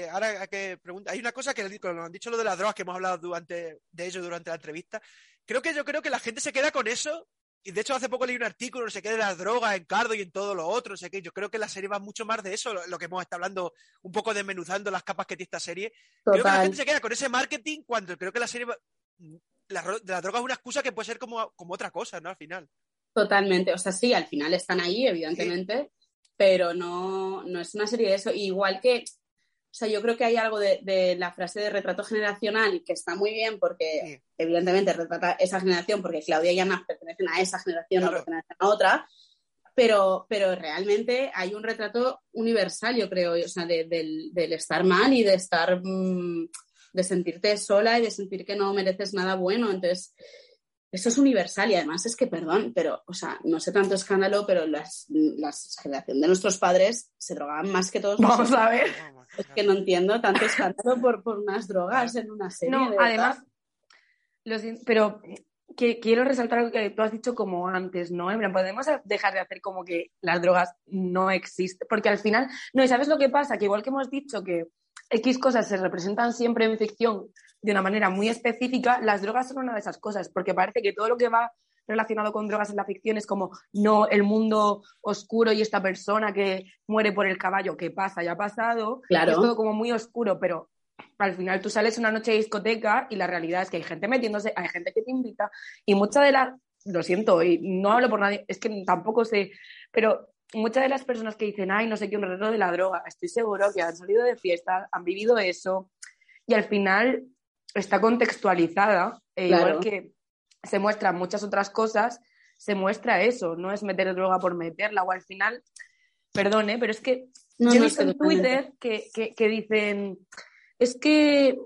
hay una cosa que nos han dicho lo de las drogas, que hemos hablado de ello durante la entrevista. Yo creo que la gente se queda con eso, y de hecho hace poco leí un artículo, no sé qué, de las drogas en Cardo y en todo lo otro, no sé qué. Yo creo que la serie va mucho más de eso, lo que hemos estado hablando, un poco desmenuzando las capas que tiene esta serie. Total. Creo que la gente se queda con ese marketing cuando creo que la serie la droga es una excusa que puede ser como otra cosa, ¿no? Al final. Totalmente, o sea, sí, al final están ahí, evidentemente, sí, pero no es una serie de eso. Igual que, o sea, yo creo que hay algo de la frase de retrato generacional que está muy bien porque, sí, evidentemente, retrata esa generación, porque Claudia y Ana pertenecen a esa generación, claro, no pertenecen a otra, pero realmente hay un retrato universal, yo creo, o sea, del estar mal y de estar, de sentirte sola y de sentir que no mereces nada bueno, entonces... Eso es universal y además es que, perdón, pero, o sea, no sé tanto escándalo, pero la generación de nuestros padres se drogaban más que todos. Vamos a ver. Es que no entiendo tanto escándalo por unas drogas en una serie. No, además, pero quiero resaltar algo que tú has dicho como antes, ¿no? En plan, podemos dejar de hacer como que las drogas no existen, porque al final, no, ¿y sabes lo que pasa? Que igual que hemos dicho que X cosas se representan siempre en ficción de una manera muy específica, las drogas son una de esas cosas, porque parece que todo lo que va relacionado con drogas en la ficción es como, no, el mundo oscuro y esta persona que muere por el caballo, que pasa, ya ha pasado, claro, es todo como muy oscuro, pero al final tú sales una noche de discoteca y la realidad es que hay gente metiéndose, hay gente que te invita, y muchas de las, lo siento, y no hablo por nadie, es que tampoco sé, pero muchas de las personas que dicen, ay, no sé qué, un retrato de la droga, estoy seguro que han salido de fiesta, han vivido eso, y al final está contextualizada, claro, igual que se muestran muchas otras cosas, se muestra eso, no es meter droga por meterla, o al final, perdón, pero es que yo he visto en Twitter que dicen, es que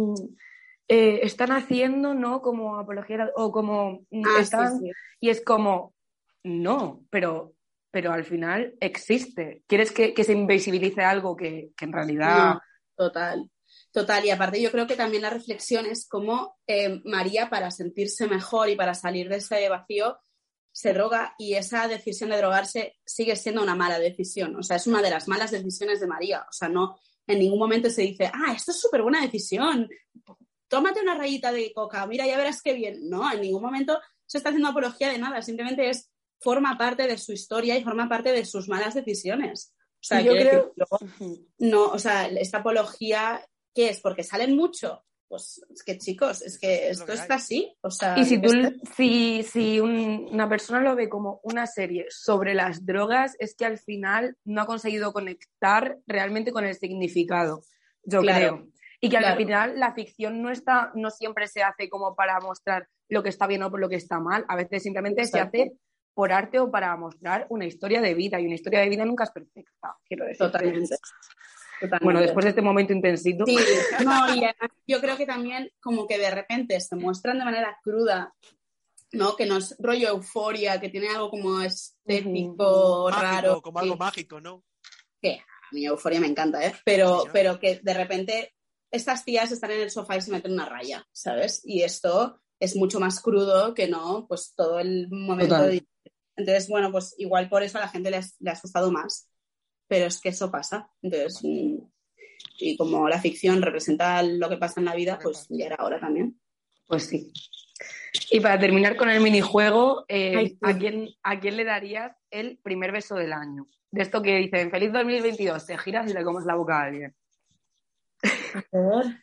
están haciendo, ¿no? Como apología, o como están, sí. Y es como, no, pero al final existe. ¿Quieres que se invisibilice algo que en realidad... No, total, y aparte yo creo que también la reflexión es cómo María, para sentirse mejor y para salir de ese vacío, se droga, y esa decisión de drogarse sigue siendo una mala decisión, o sea, es una de las malas decisiones de María, o sea, no, en ningún momento se dice, esto es súper buena decisión, tómate una rayita de coca, mira, ya verás qué bien, no, en ningún momento se está haciendo apología de nada, simplemente forma parte de su historia y forma parte de sus malas decisiones, o sea, yo creo... no, o sea, esta apología... ¿Qué es? ¿Porque salen mucho? Pues es que, chicos, es que esto está así. O sea, y si una persona lo ve como una serie sobre las drogas, es que al final no ha conseguido conectar realmente con el significado, yo creo. Y que al final la ficción no siempre se hace como para mostrar lo que está bien o lo que está mal. A veces simplemente se hace por arte o para mostrar una historia de vida. Y una historia de vida nunca es perfecta, quiero decir. Totalmente. Bueno, después de este momento intensito. Sí, no, y yo creo que también como que de repente se muestran de manera cruda, ¿no? Que no es rollo euforia, que tiene algo como estético, raro. Mágico, como algo mágico, ¿no? Que a mí euforia me encanta, ¿eh? Pero que de repente estas tías están en el sofá y se meten una raya, ¿sabes? Y esto es mucho más crudo que no, pues todo el momento de... Entonces, bueno, pues igual por eso a la gente le ha asustado más. Pero es que eso pasa. Entonces, y como la ficción representa lo que pasa en la vida, pues ya era hora también. Pues sí. Y para terminar con el minijuego, ¿a quién le darías el primer beso del año? de esto que dicen feliz 2022, te giras y le comes la boca a alguien. A ver.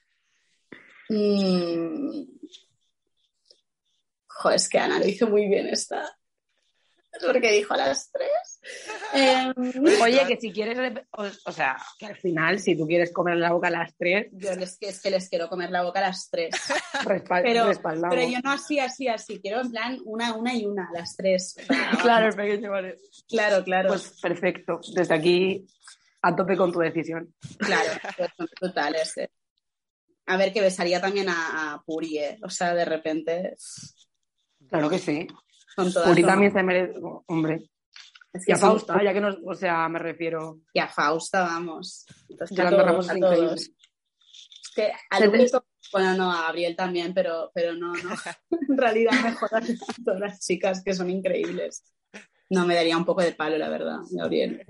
Joder, es que Ana lo hizo muy bien esta. Es porque dijo a las 3. Oye, que si quieres, o sea, que al final, si tú quieres comer la boca a las 3, yo es que les quiero comer la boca a las 3. respaldamos. Pero yo no así, quiero en plan una y una, a las 3. O sea, claro, el pequeño, vale. Claro. Pues perfecto, desde aquí a tope con tu decisión. Claro, pues total, ese. A ver, que besaría también a Puri, o sea, de repente. Claro que sí. Puri también se merece, hombre. Es que y a Fausta, ya que nos, o sea, me refiero. Y a Fausta, vamos. Entonces, Yolanda Ramos es increíble. Es que al único, bueno, no, a Gabriel también, pero no. En realidad mejor a todas las chicas que son increíbles. No, me daría un poco de palo, la verdad, Gabriel.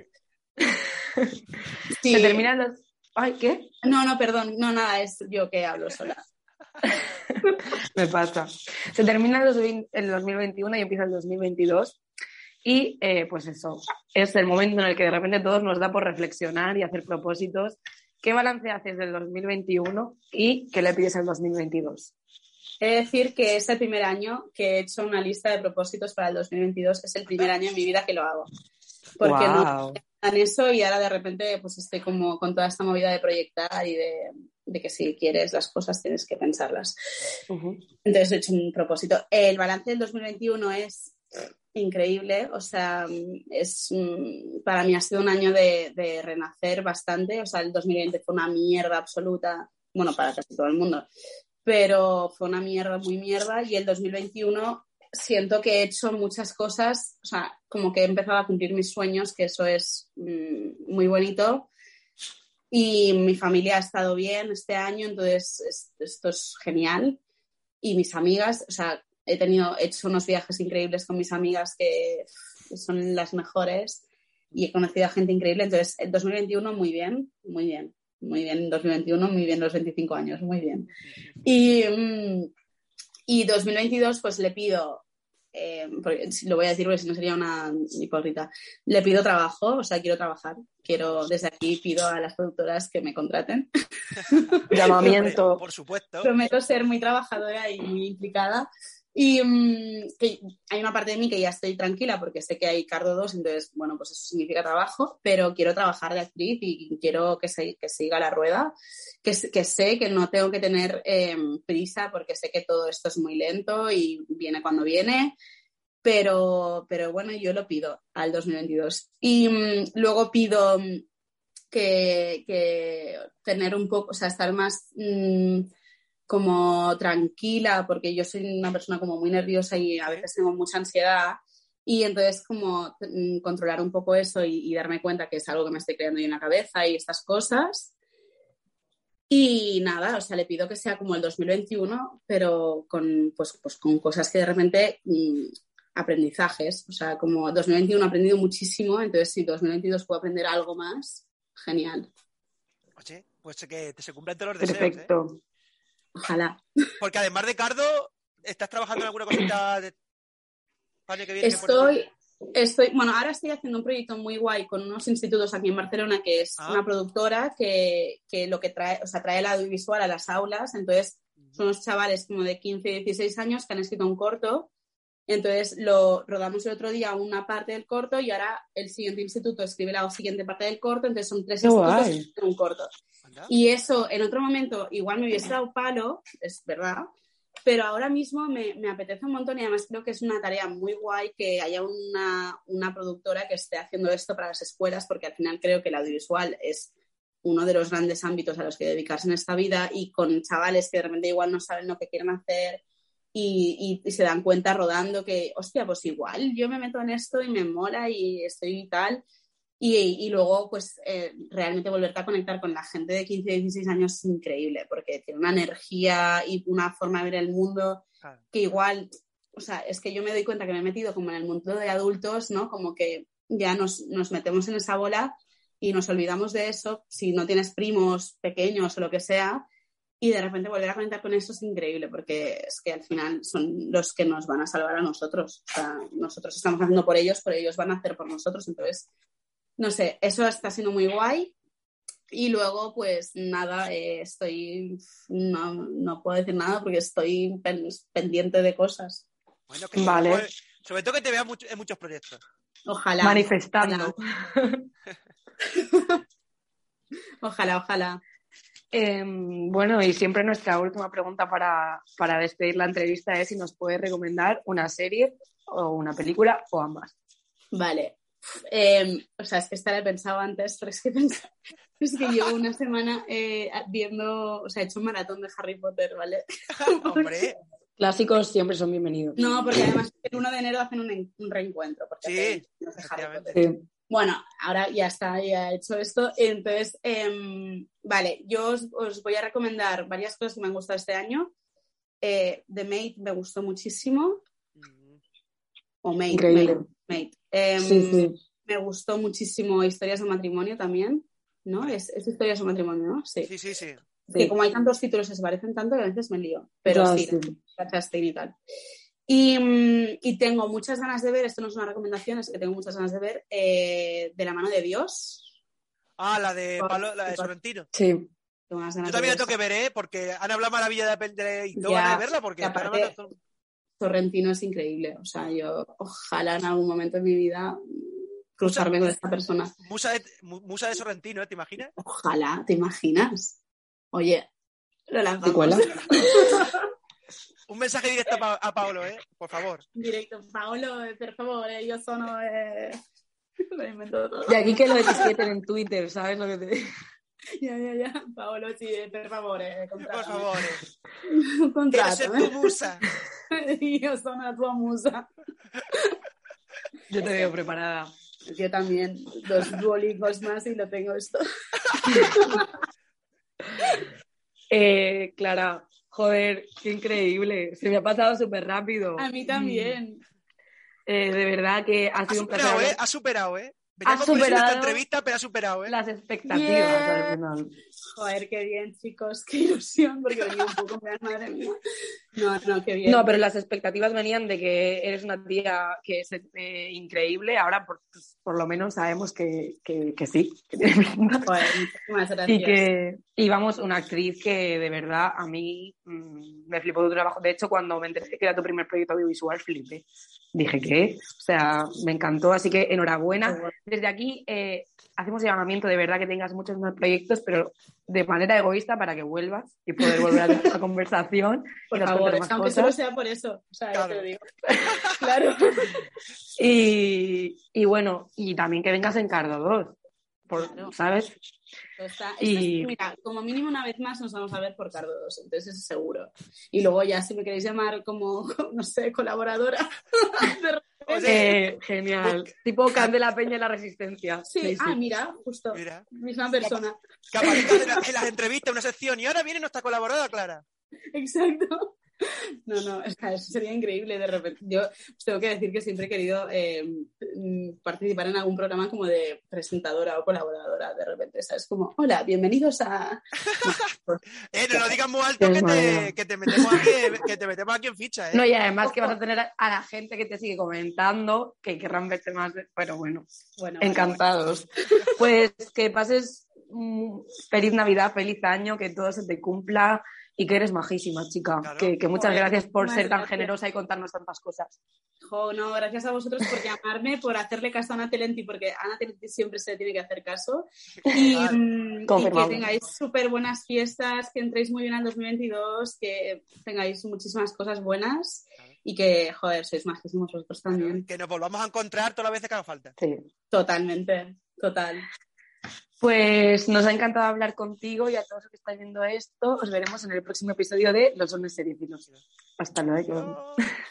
Sí. Se terminan los... Ay, ¿qué? No, perdón, no, nada, es yo que hablo sola. Me pasa. Se termina el 2021 y empieza el 2022 y pues eso, es el momento en el que de repente todos nos da por reflexionar y hacer propósitos. ¿Qué balance haces del 2021 y qué le pides al 2022? He de decir que es el primer año que he hecho una lista de propósitos para el 2022. Es el primer año en mi vida que lo hago. Porque no en eso y ahora de repente pues estoy como con toda esta movida de proyectar y de que si quieres las cosas tienes que pensarlas. Uh-huh. Entonces he hecho un propósito. El balance del 2021 es increíble, o sea, para mí ha sido un año de renacer bastante, o sea, el 2020 fue una mierda absoluta, bueno, para casi todo el mundo, pero fue una mierda, muy mierda, y el 2021 siento que he hecho muchas cosas, o sea, como que he empezado a cumplir mis sueños, que eso es muy bonito, y mi familia ha estado bien este año, entonces esto es genial, y mis amigas, o sea, he hecho unos viajes increíbles con mis amigas que son las mejores y he conocido a gente increíble. Entonces, el 2021 muy bien, 2021 muy bien, los 25 años, muy bien. Y 2022 pues le pido, porque lo voy a decir porque si no sería una hipócrita, le pido trabajo, o sea, quiero trabajar. Desde aquí pido a las productoras que me contraten. Llamamiento. Por supuesto. Prometo ser muy trabajadora y muy implicada. Y que hay una parte de mí que ya estoy tranquila porque sé que hay Cardo 2, entonces, bueno, pues eso significa trabajo, pero quiero trabajar de actriz y quiero que siga la rueda, que sé que no tengo que tener prisa porque sé que todo esto es muy lento y viene cuando viene, pero bueno, yo lo pido al 2022. Y luego pido que tener un poco, o sea, estar más... como tranquila, porque yo soy una persona como muy nerviosa y a veces tengo mucha ansiedad y entonces como controlar un poco eso y darme cuenta que es algo que me estoy creando yo en la cabeza y estas cosas. Y nada, o sea, le pido que sea como el 2021, pero con cosas que de repente aprendizajes, o sea, como 2021 he aprendido muchísimo, entonces si 2022 puedo aprender algo más, genial. Oye, pues que se cumplan todos los deseos. Perfecto. Ojalá. Porque además de Cardo, ¿estás trabajando en alguna cosita de año que viene? Bueno, ahora estoy haciendo un proyecto muy guay con unos institutos aquí en Barcelona que es una productora que lo que trae, o sea, trae el audiovisual a las aulas, entonces son unos chavales como de 15, 16 años que han escrito un corto, entonces lo rodamos el otro día una parte del corto y ahora el siguiente instituto escribe la siguiente parte del corto, entonces son 3 institutos en un corto. Y eso en otro momento igual me hubiese dado palo, es verdad, pero ahora mismo me apetece un montón y además creo que es una tarea muy guay que haya una productora que esté haciendo esto para las escuelas, porque al final creo que el audiovisual es uno de los grandes ámbitos a los que dedicarse en esta vida y con chavales que de repente igual no saben lo que quieren hacer y se dan cuenta rodando que, hostia, pues igual yo me meto en esto y me mola y estoy tal. Y luego, pues, realmente volverte a conectar con la gente de 15 y 16 años es increíble, porque tiene una energía y una forma de ver el mundo que igual, o sea, es que yo me doy cuenta que me he metido como en el mundo de adultos, ¿no? Como que ya nos metemos en esa bola y nos olvidamos de eso, si no tienes primos pequeños o lo que sea, y de repente volver a conectar con eso es increíble, porque es que al final son los que nos van a salvar a nosotros. O sea, nosotros estamos haciendo por ellos van a hacer por nosotros, entonces... no sé, eso está siendo muy guay. Y luego, pues nada, no puedo decir nada porque estoy pendiente de cosas. Bueno, que Vale. sobre todo que te veas en muchos proyectos. Ojalá. Manifestando. Ojalá. Bueno, y siempre nuestra última pregunta para despedir la entrevista es si nos puedes recomendar una serie o una película o ambas. Vale. O sea, es que esta la he pensado antes, pero es que llevo una semana viendo, o sea, he hecho un maratón de Harry Potter, ¿vale? Hombre. Clásicos siempre son bienvenidos. No, porque además el 1 de enero hacen un reencuentro. Sí, no sé, Harry Potter. Sí. Bueno, ahora ya está, ya he hecho esto. Entonces, vale, yo os voy a recomendar varias cosas que me han gustado este año. The Maid me gustó muchísimo. O Maid. Increíble. Maid. Sí. Me gustó muchísimo Historias de matrimonio también, ¿no? Es Historias de matrimonio, ¿no? Sí. Sí. Que como hay tantos títulos que se parecen tanto que a veces me lío. Pero Ya, sí. Chastain y tal. Y tengo muchas ganas de ver, esto no es una recomendación, es que tengo muchas ganas de ver De la mano de Dios. La de Sorrentino. Sí. Tengo unas ganas Yo también de la tengo que ver, porque han hablado maravilla y tengo ganas de verla porque aparte, Sorrentino es increíble. O sea, yo ojalá en algún momento de mi vida cruzarme con esta persona. Musa de Sorrentino, ¿te imaginas? Ojalá, ¿te imaginas? Oye, lo lanzamos. Un mensaje directo a Paolo, por favor. Directo, Paolo, por favor, yo sono... Lo invento todo. Y aquí que lo etiqueten en Twitter, ¿sabes lo que te digo? Ya. Paolo, sí, por favor, Por favor. Quiero ser tu musa. Yo sono la tua musa. Yo te veo preparada. Yo también, 2 duoligos más y lo tengo esto. Clara, joder, qué increíble. Se me ha pasado súper rápido. A mí también. De verdad que ha sido un placer. Ha superado. Ha superado esta entrevista, pero ha superado, las expectativas al final. Joder, qué bien, chicos, qué ilusión, porque venía un poco, madre mía. No, qué bien. No, pero las expectativas venían de que eres una tía que es increíble. Ahora, por lo menos, sabemos que sí. Joder, muchísimas gracias. Y vamos, una actriz que de verdad a mí me flipó tu trabajo. De hecho, cuando me enteré que era tu primer proyecto audiovisual, flipé. Dije, ¿qué? O sea, me encantó, así que enhorabuena. Desde aquí hacemos llamamiento de verdad que tengas muchos más proyectos, pero de manera egoísta para que vuelvas y poder volver a tener la conversación. Por favor, aunque solo sea por eso. O sea, claro. Ya te lo digo. Claro. Y bueno, y también que vengas en Cardo 2, claro. ¿Sabes? Mira, como mínimo una vez más nos vamos a ver por Cardo 2, entonces eso seguro. Y luego ya si me queréis llamar como, no sé, colaboradora. Genial. Tipo Candela Peña en La Resistencia. Sí. Mira, justo. Misma persona. Que aparezca en las entrevistas una sección y ahora viene nuestra colaboradora, Clara. Exacto. No, eso sería increíble de repente. Yo os tengo que decir que siempre he querido participar en algún programa como de presentadora o colaboradora de repente, ¿sabes? Como, hola, bienvenidos a... No lo digas muy alto que te metemos aquí en ficha, No, y además que vas a tener a la gente que te sigue comentando, que querrán verte más, pero bueno, encantados. Pues que pases feliz Navidad, feliz año, que todo se te cumpla. Y que eres majísima, chica. Claro. Que muchas gracias por ser tan generosa y contarnos tantas cosas. No, gracias a vosotros por llamarme, por hacerle caso a Ana Telenti, porque Ana Telenti siempre se le tiene que hacer caso. Y que tengáis súper buenas fiestas, que entréis muy bien al 2022, que tengáis muchísimas cosas buenas y que, sois majísimos vosotros también. Claro, que nos volvamos a encontrar todas las veces que haga falta. Sí. Totalmente, total. Pues nos ha encantado hablar contigo y a todos los que estáis viendo esto, os veremos en el próximo episodio de Los Hombres Seriéfilos. Hasta luego.